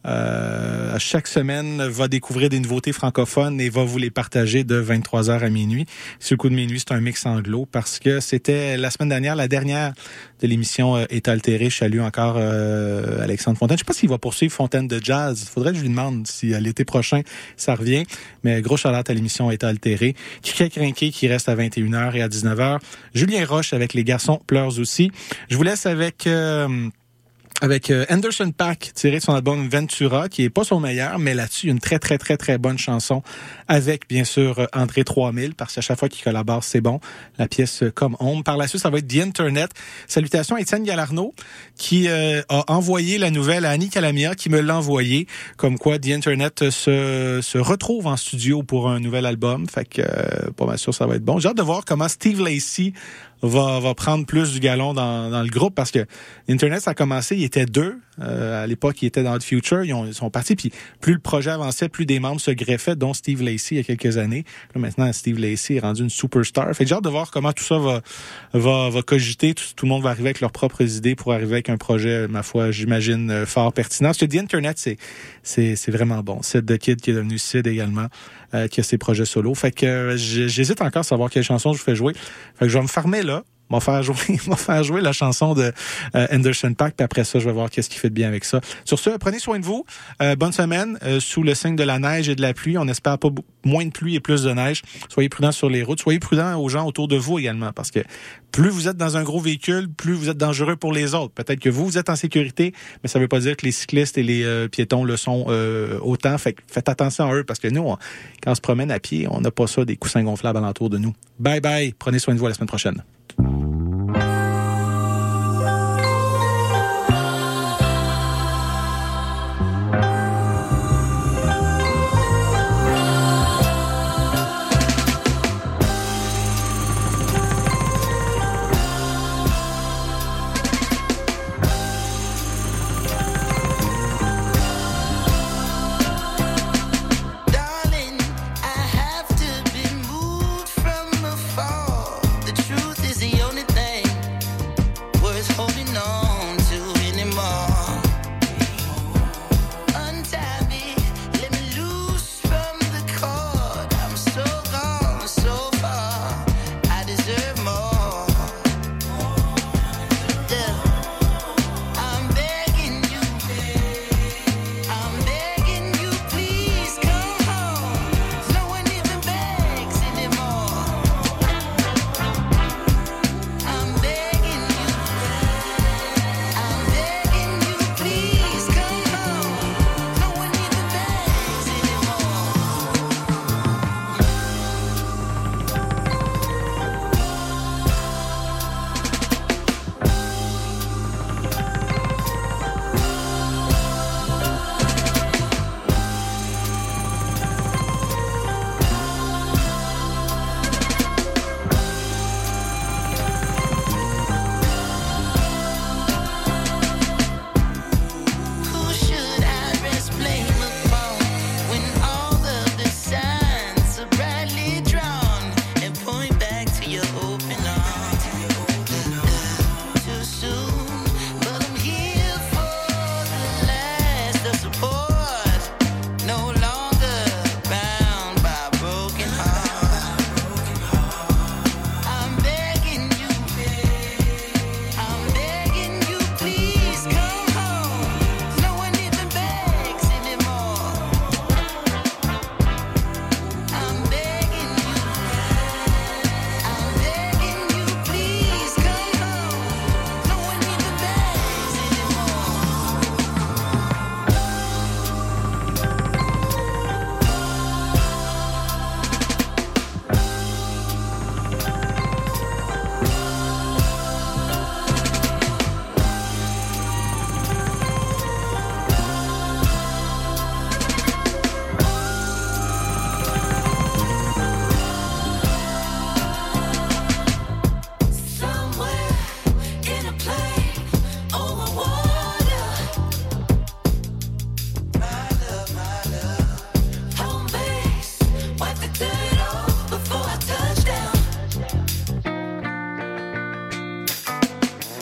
euh, à chaque semaine va découvrir des nouveautés francophones et va vous les partager de vingt-trois heures à minuit. Sur le coup de minuit, c'est un mix anglo parce que c'était la semaine dernière, la dernière de l'émission euh, est altérée. Je salue encore euh, Alexandre Fontaine. Je sais pas s'il va poursuivre Fontaine de Jazz. Il faudrait que je lui demande si à l'été prochain ça revient. Mais gros shout-out à l'émission est altérée. Kika Crinqué qui reste à vingt et une heures et à dix-neuf heures. Julien Roche avec Les Garçons pleurent aussi. Je vous laisse avec... Euh, avec Anderson .Paak tiré de son album Ventura, qui est pas son meilleur, mais là-dessus, une très, très, très, très bonne chanson avec, bien sûr, André trois mille, parce qu'à chaque fois qu'il collabore, c'est bon. La pièce Comme Home. Par la suite, ça va être The Internet. Salutations à Étienne Galarno, qui euh, a envoyé la nouvelle à Annie Calamia, qui me l'a envoyé, comme quoi The Internet se, se retrouve en studio pour un nouvel album. Fait que, euh, pas mal sûr, ça va être bon. J'ai hâte de voir comment Steve Lacy va, va prendre plus du galon dans, dans le groupe, parce que Internet, ça a commencé, il était deux. Euh, à l'époque, ils étaient dans The Future, ils, ont, ils sont partis, puis plus le projet avançait, plus des membres se greffaient, dont Steve Lacy il y a quelques années. Là, maintenant, Steve Lacy est rendu une superstar. Fait que j'ai hâte de voir comment tout ça va, va, va cogiter. Tout, tout le monde va arriver avec leurs propres idées pour arriver avec un projet, ma foi, j'imagine, fort pertinent. Parce que The Internet, c'est, c'est, c'est vraiment bon. Sid the Kid, qui est devenu Sid également, euh, qui a ses projets solo. Fait que euh, j'hésite encore à savoir quelle chanson je vous fais jouer. Fait que je vais me farmer là. On va faire jouer, on va faire jouer la chanson de euh, Anderson .Paak, puis après ça, je vais voir qu'est-ce qui fait de bien avec ça. Sur ce, prenez soin de vous. Euh, bonne semaine euh, sous le signe de la neige et de la pluie. On espère pas moins de pluie et plus de neige. Soyez prudents sur les routes. Soyez prudents aux gens autour de vous également, parce que plus vous êtes dans un gros véhicule, plus vous être dangereux pour les autres. Peut-être que vous, vous êtes en sécurité, mais ça veut pas dire que les cyclistes et les euh, piétons le sont euh, autant. Fait que faites attention à eux, parce que nous, on, quand on se promène à pied, on n'a pas ça, des coussins gonflables alentour de nous. Bye bye. Prenez soin de vous, à la semaine prochaine. Darling, I have to be moved from afar. The truth is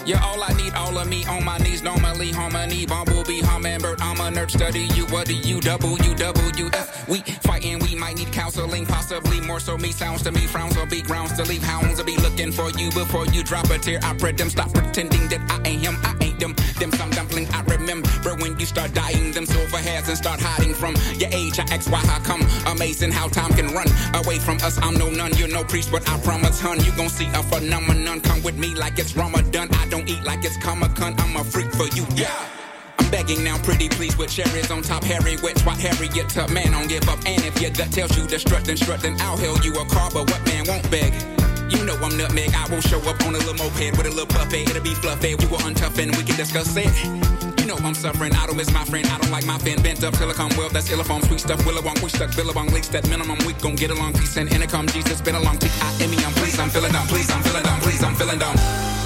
You're all I need, all of me on my knees, normally harmony, bumblebee, hummingbird, I'm a nerd, study you, what do you, W, W, F, we fighting, we might need counseling, possibly more so me, sounds to me, frowns will be grounds to leave, hounds will be looking for you before you drop a tear, I pray them, stop pretending that I ain't him, I ain't them, them some dumpling, I remember when you start dying, them silver hairs and start hiding from your age, I ask why, how come, amazing how time can run away from us, I'm no nun, you're no priest, but I promise, hun, you gon' see a phenomenon, come with me like it's Ramadan, I don't eat like it's Comic-Con, I'm a freak for you, yeah. I'm begging now, pretty please, with cherries on top, Harry wet, swat Harriet Tub, man, don't give up, and if your gut tells you to strut, then strut, then I'll hail you a car, but what man won't beg? You know I'm nutmeg, I will show up on a little moped with a little puppet, it'll be fluffy, we will untough and we can discuss it. You know I'm suffering, I don't miss my friend, I don't like my fin, bent up till I come well, that's illifon, sweet stuff, Willabong, we stuck, Billabong, leaks that minimum, we gon' get along, peace and intercom, Jesus, been a long T I M E, I'm please, I'm feeling dumb, please, I'm feeling dumb, please, I'm feeling dumb.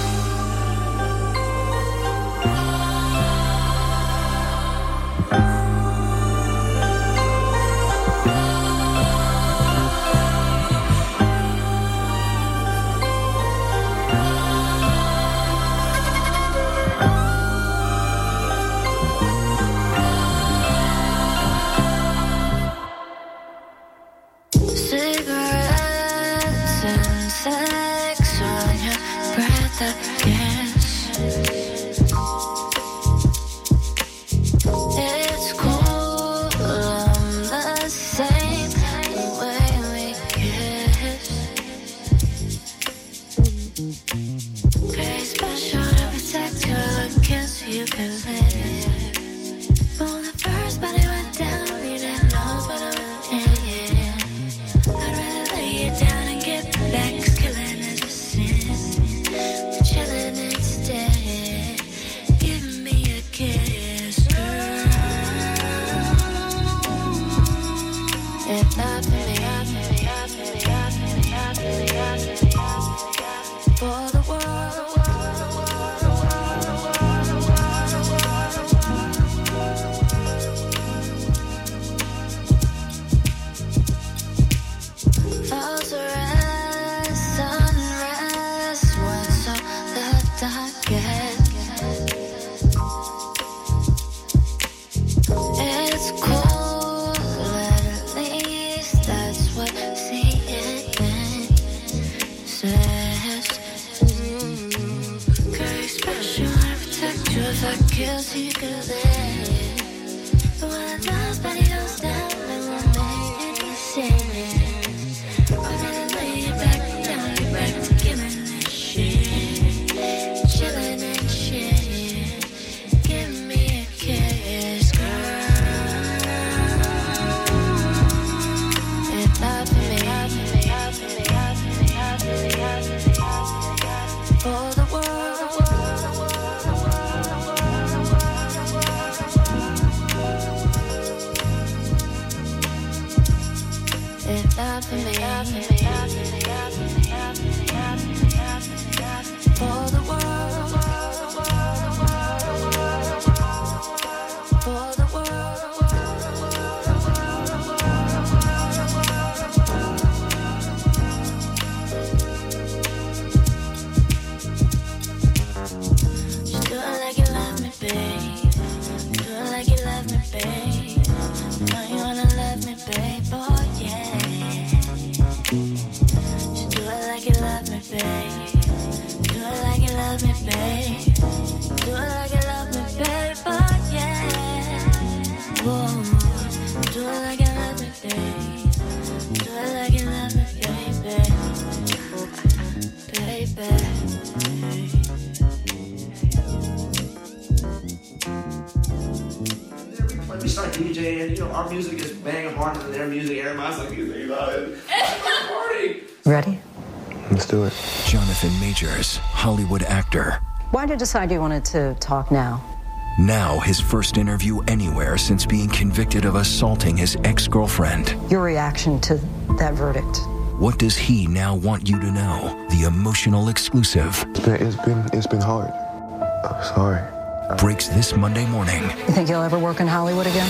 Ready? Let's do it. Jonathan Majors, Hollywood actor. Why did you decide you wanted to talk now? Now his first interview anywhere since being convicted of assaulting his ex-girlfriend. Your reaction to that verdict? What does he now want you to know? The emotional exclusive. It's been, it's been, it's been hard. I'm sorry. Breaks this Monday morning. You think you'll ever work in Hollywood again?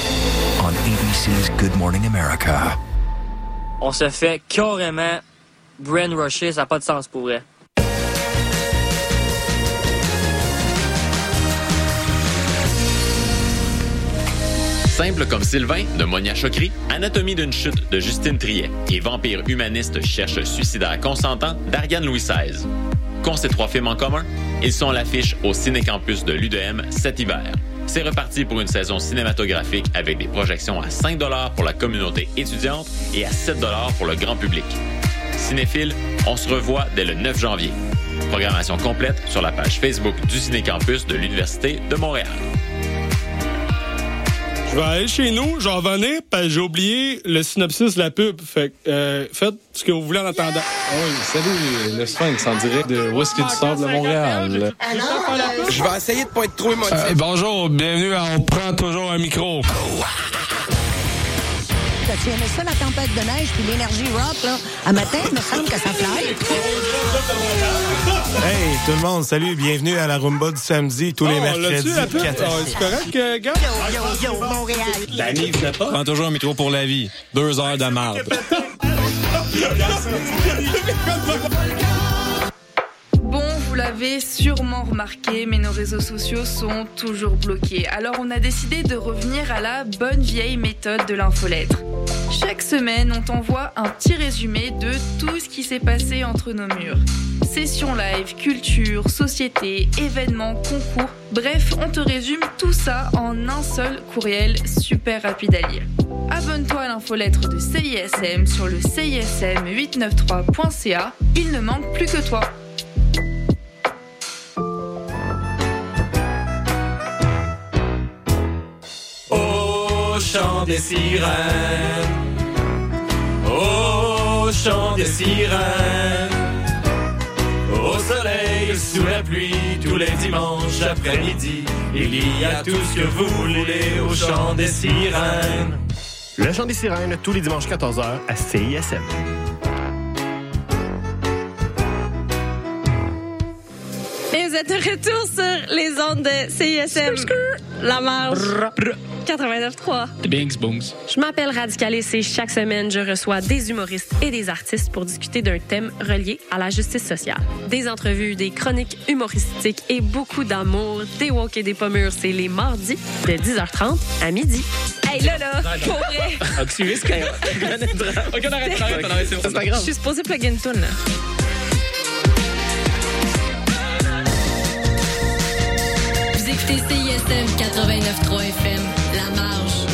On A B C's Good Morning America. On se fait carrément brainwasher, ça n'a pas de sens pour vrai. Simple comme Sylvain de Monia Chokri, Anatomie d'une chute de Justine Triet et Vampire humaniste cherche suicidaire consentant d'Ariane Louis seize. Qu'ont ces trois films en commun? Ils sont à l'affiche au Ciné-Campus de l'U D M cet hiver. C'est reparti pour une saison cinématographique avec des projections à cinq dollars pour la communauté étudiante et à sept dollars pour le grand public. Cinéphile, on se revoit dès le neuf janvier. Programmation complète sur la page Facebook du Ciné-Campus de l'Université de Montréal. Je vais aller chez nous, je vais revenir, parce que j'ai oublié le synopsis de la pub. Fait que, euh, faites ce que vous voulez en attendant. Oui, salut, le Sphinx en direct de Whisky du Sable de Montréal. Je vais essayer de pas être trop émotif. Euh, bonjour, bienvenue à On prend toujours un micro. Tu aimais ça, la tempête de neige puis l'énergie rock, là? À matin, il me semble que ça fly. Hey, tout le monde, salut, bienvenue à la Rumba du samedi, tous oh, les mercredis. La pub? Oh, c'est correct, euh, gars? Yo, yo, yo, Montréal. La livre, je pas. Prends toujours un métro pour la vie. Deux heures de marde. Bon, vous l'avez sûrement remarqué, mais nos réseaux sociaux sont toujours bloqués. Alors on a décidé de revenir à la bonne vieille méthode de l'infolettre. Chaque semaine, on t'envoie un petit résumé de tout ce qui s'est passé entre nos murs. Sessions live, culture, société, événements, concours. Bref, on te résume tout ça en un seul courriel super rapide à lire. Abonne-toi à l'infolettre de C I S M sur le C I S M huit cent quatre-vingt-treize point C A. Il ne manque plus que toi. Au chant des sirènes, au chant des sirènes, au soleil, sous la pluie, tous les dimanches après-midi, il y a tout ce que vous voulez au chant des sirènes. Le chant des sirènes, tous les dimanches quatorze heures à C I S M. Et vous êtes de retour sur les ondes de C I S M. La marge. quatre-vingt-neuf trois. Bings, booms. Je m'appelle Radicalis et chaque semaine, je reçois des humoristes et des artistes pour discuter d'un thème relié à la justice sociale. Des entrevues, des chroniques humoristiques et beaucoup d'amour. Des woke et des pommures, c'est les mardis de dix heures trente à midi. Hey, là, là, pour vrai. Ok, c'est Ok, on arrête, on arrête, on arrête, c'est pas grave. Je suis supposée plug une toune, là. Vous écoutez C I S M quatre-vingt-neuf point trois F M, La Marge.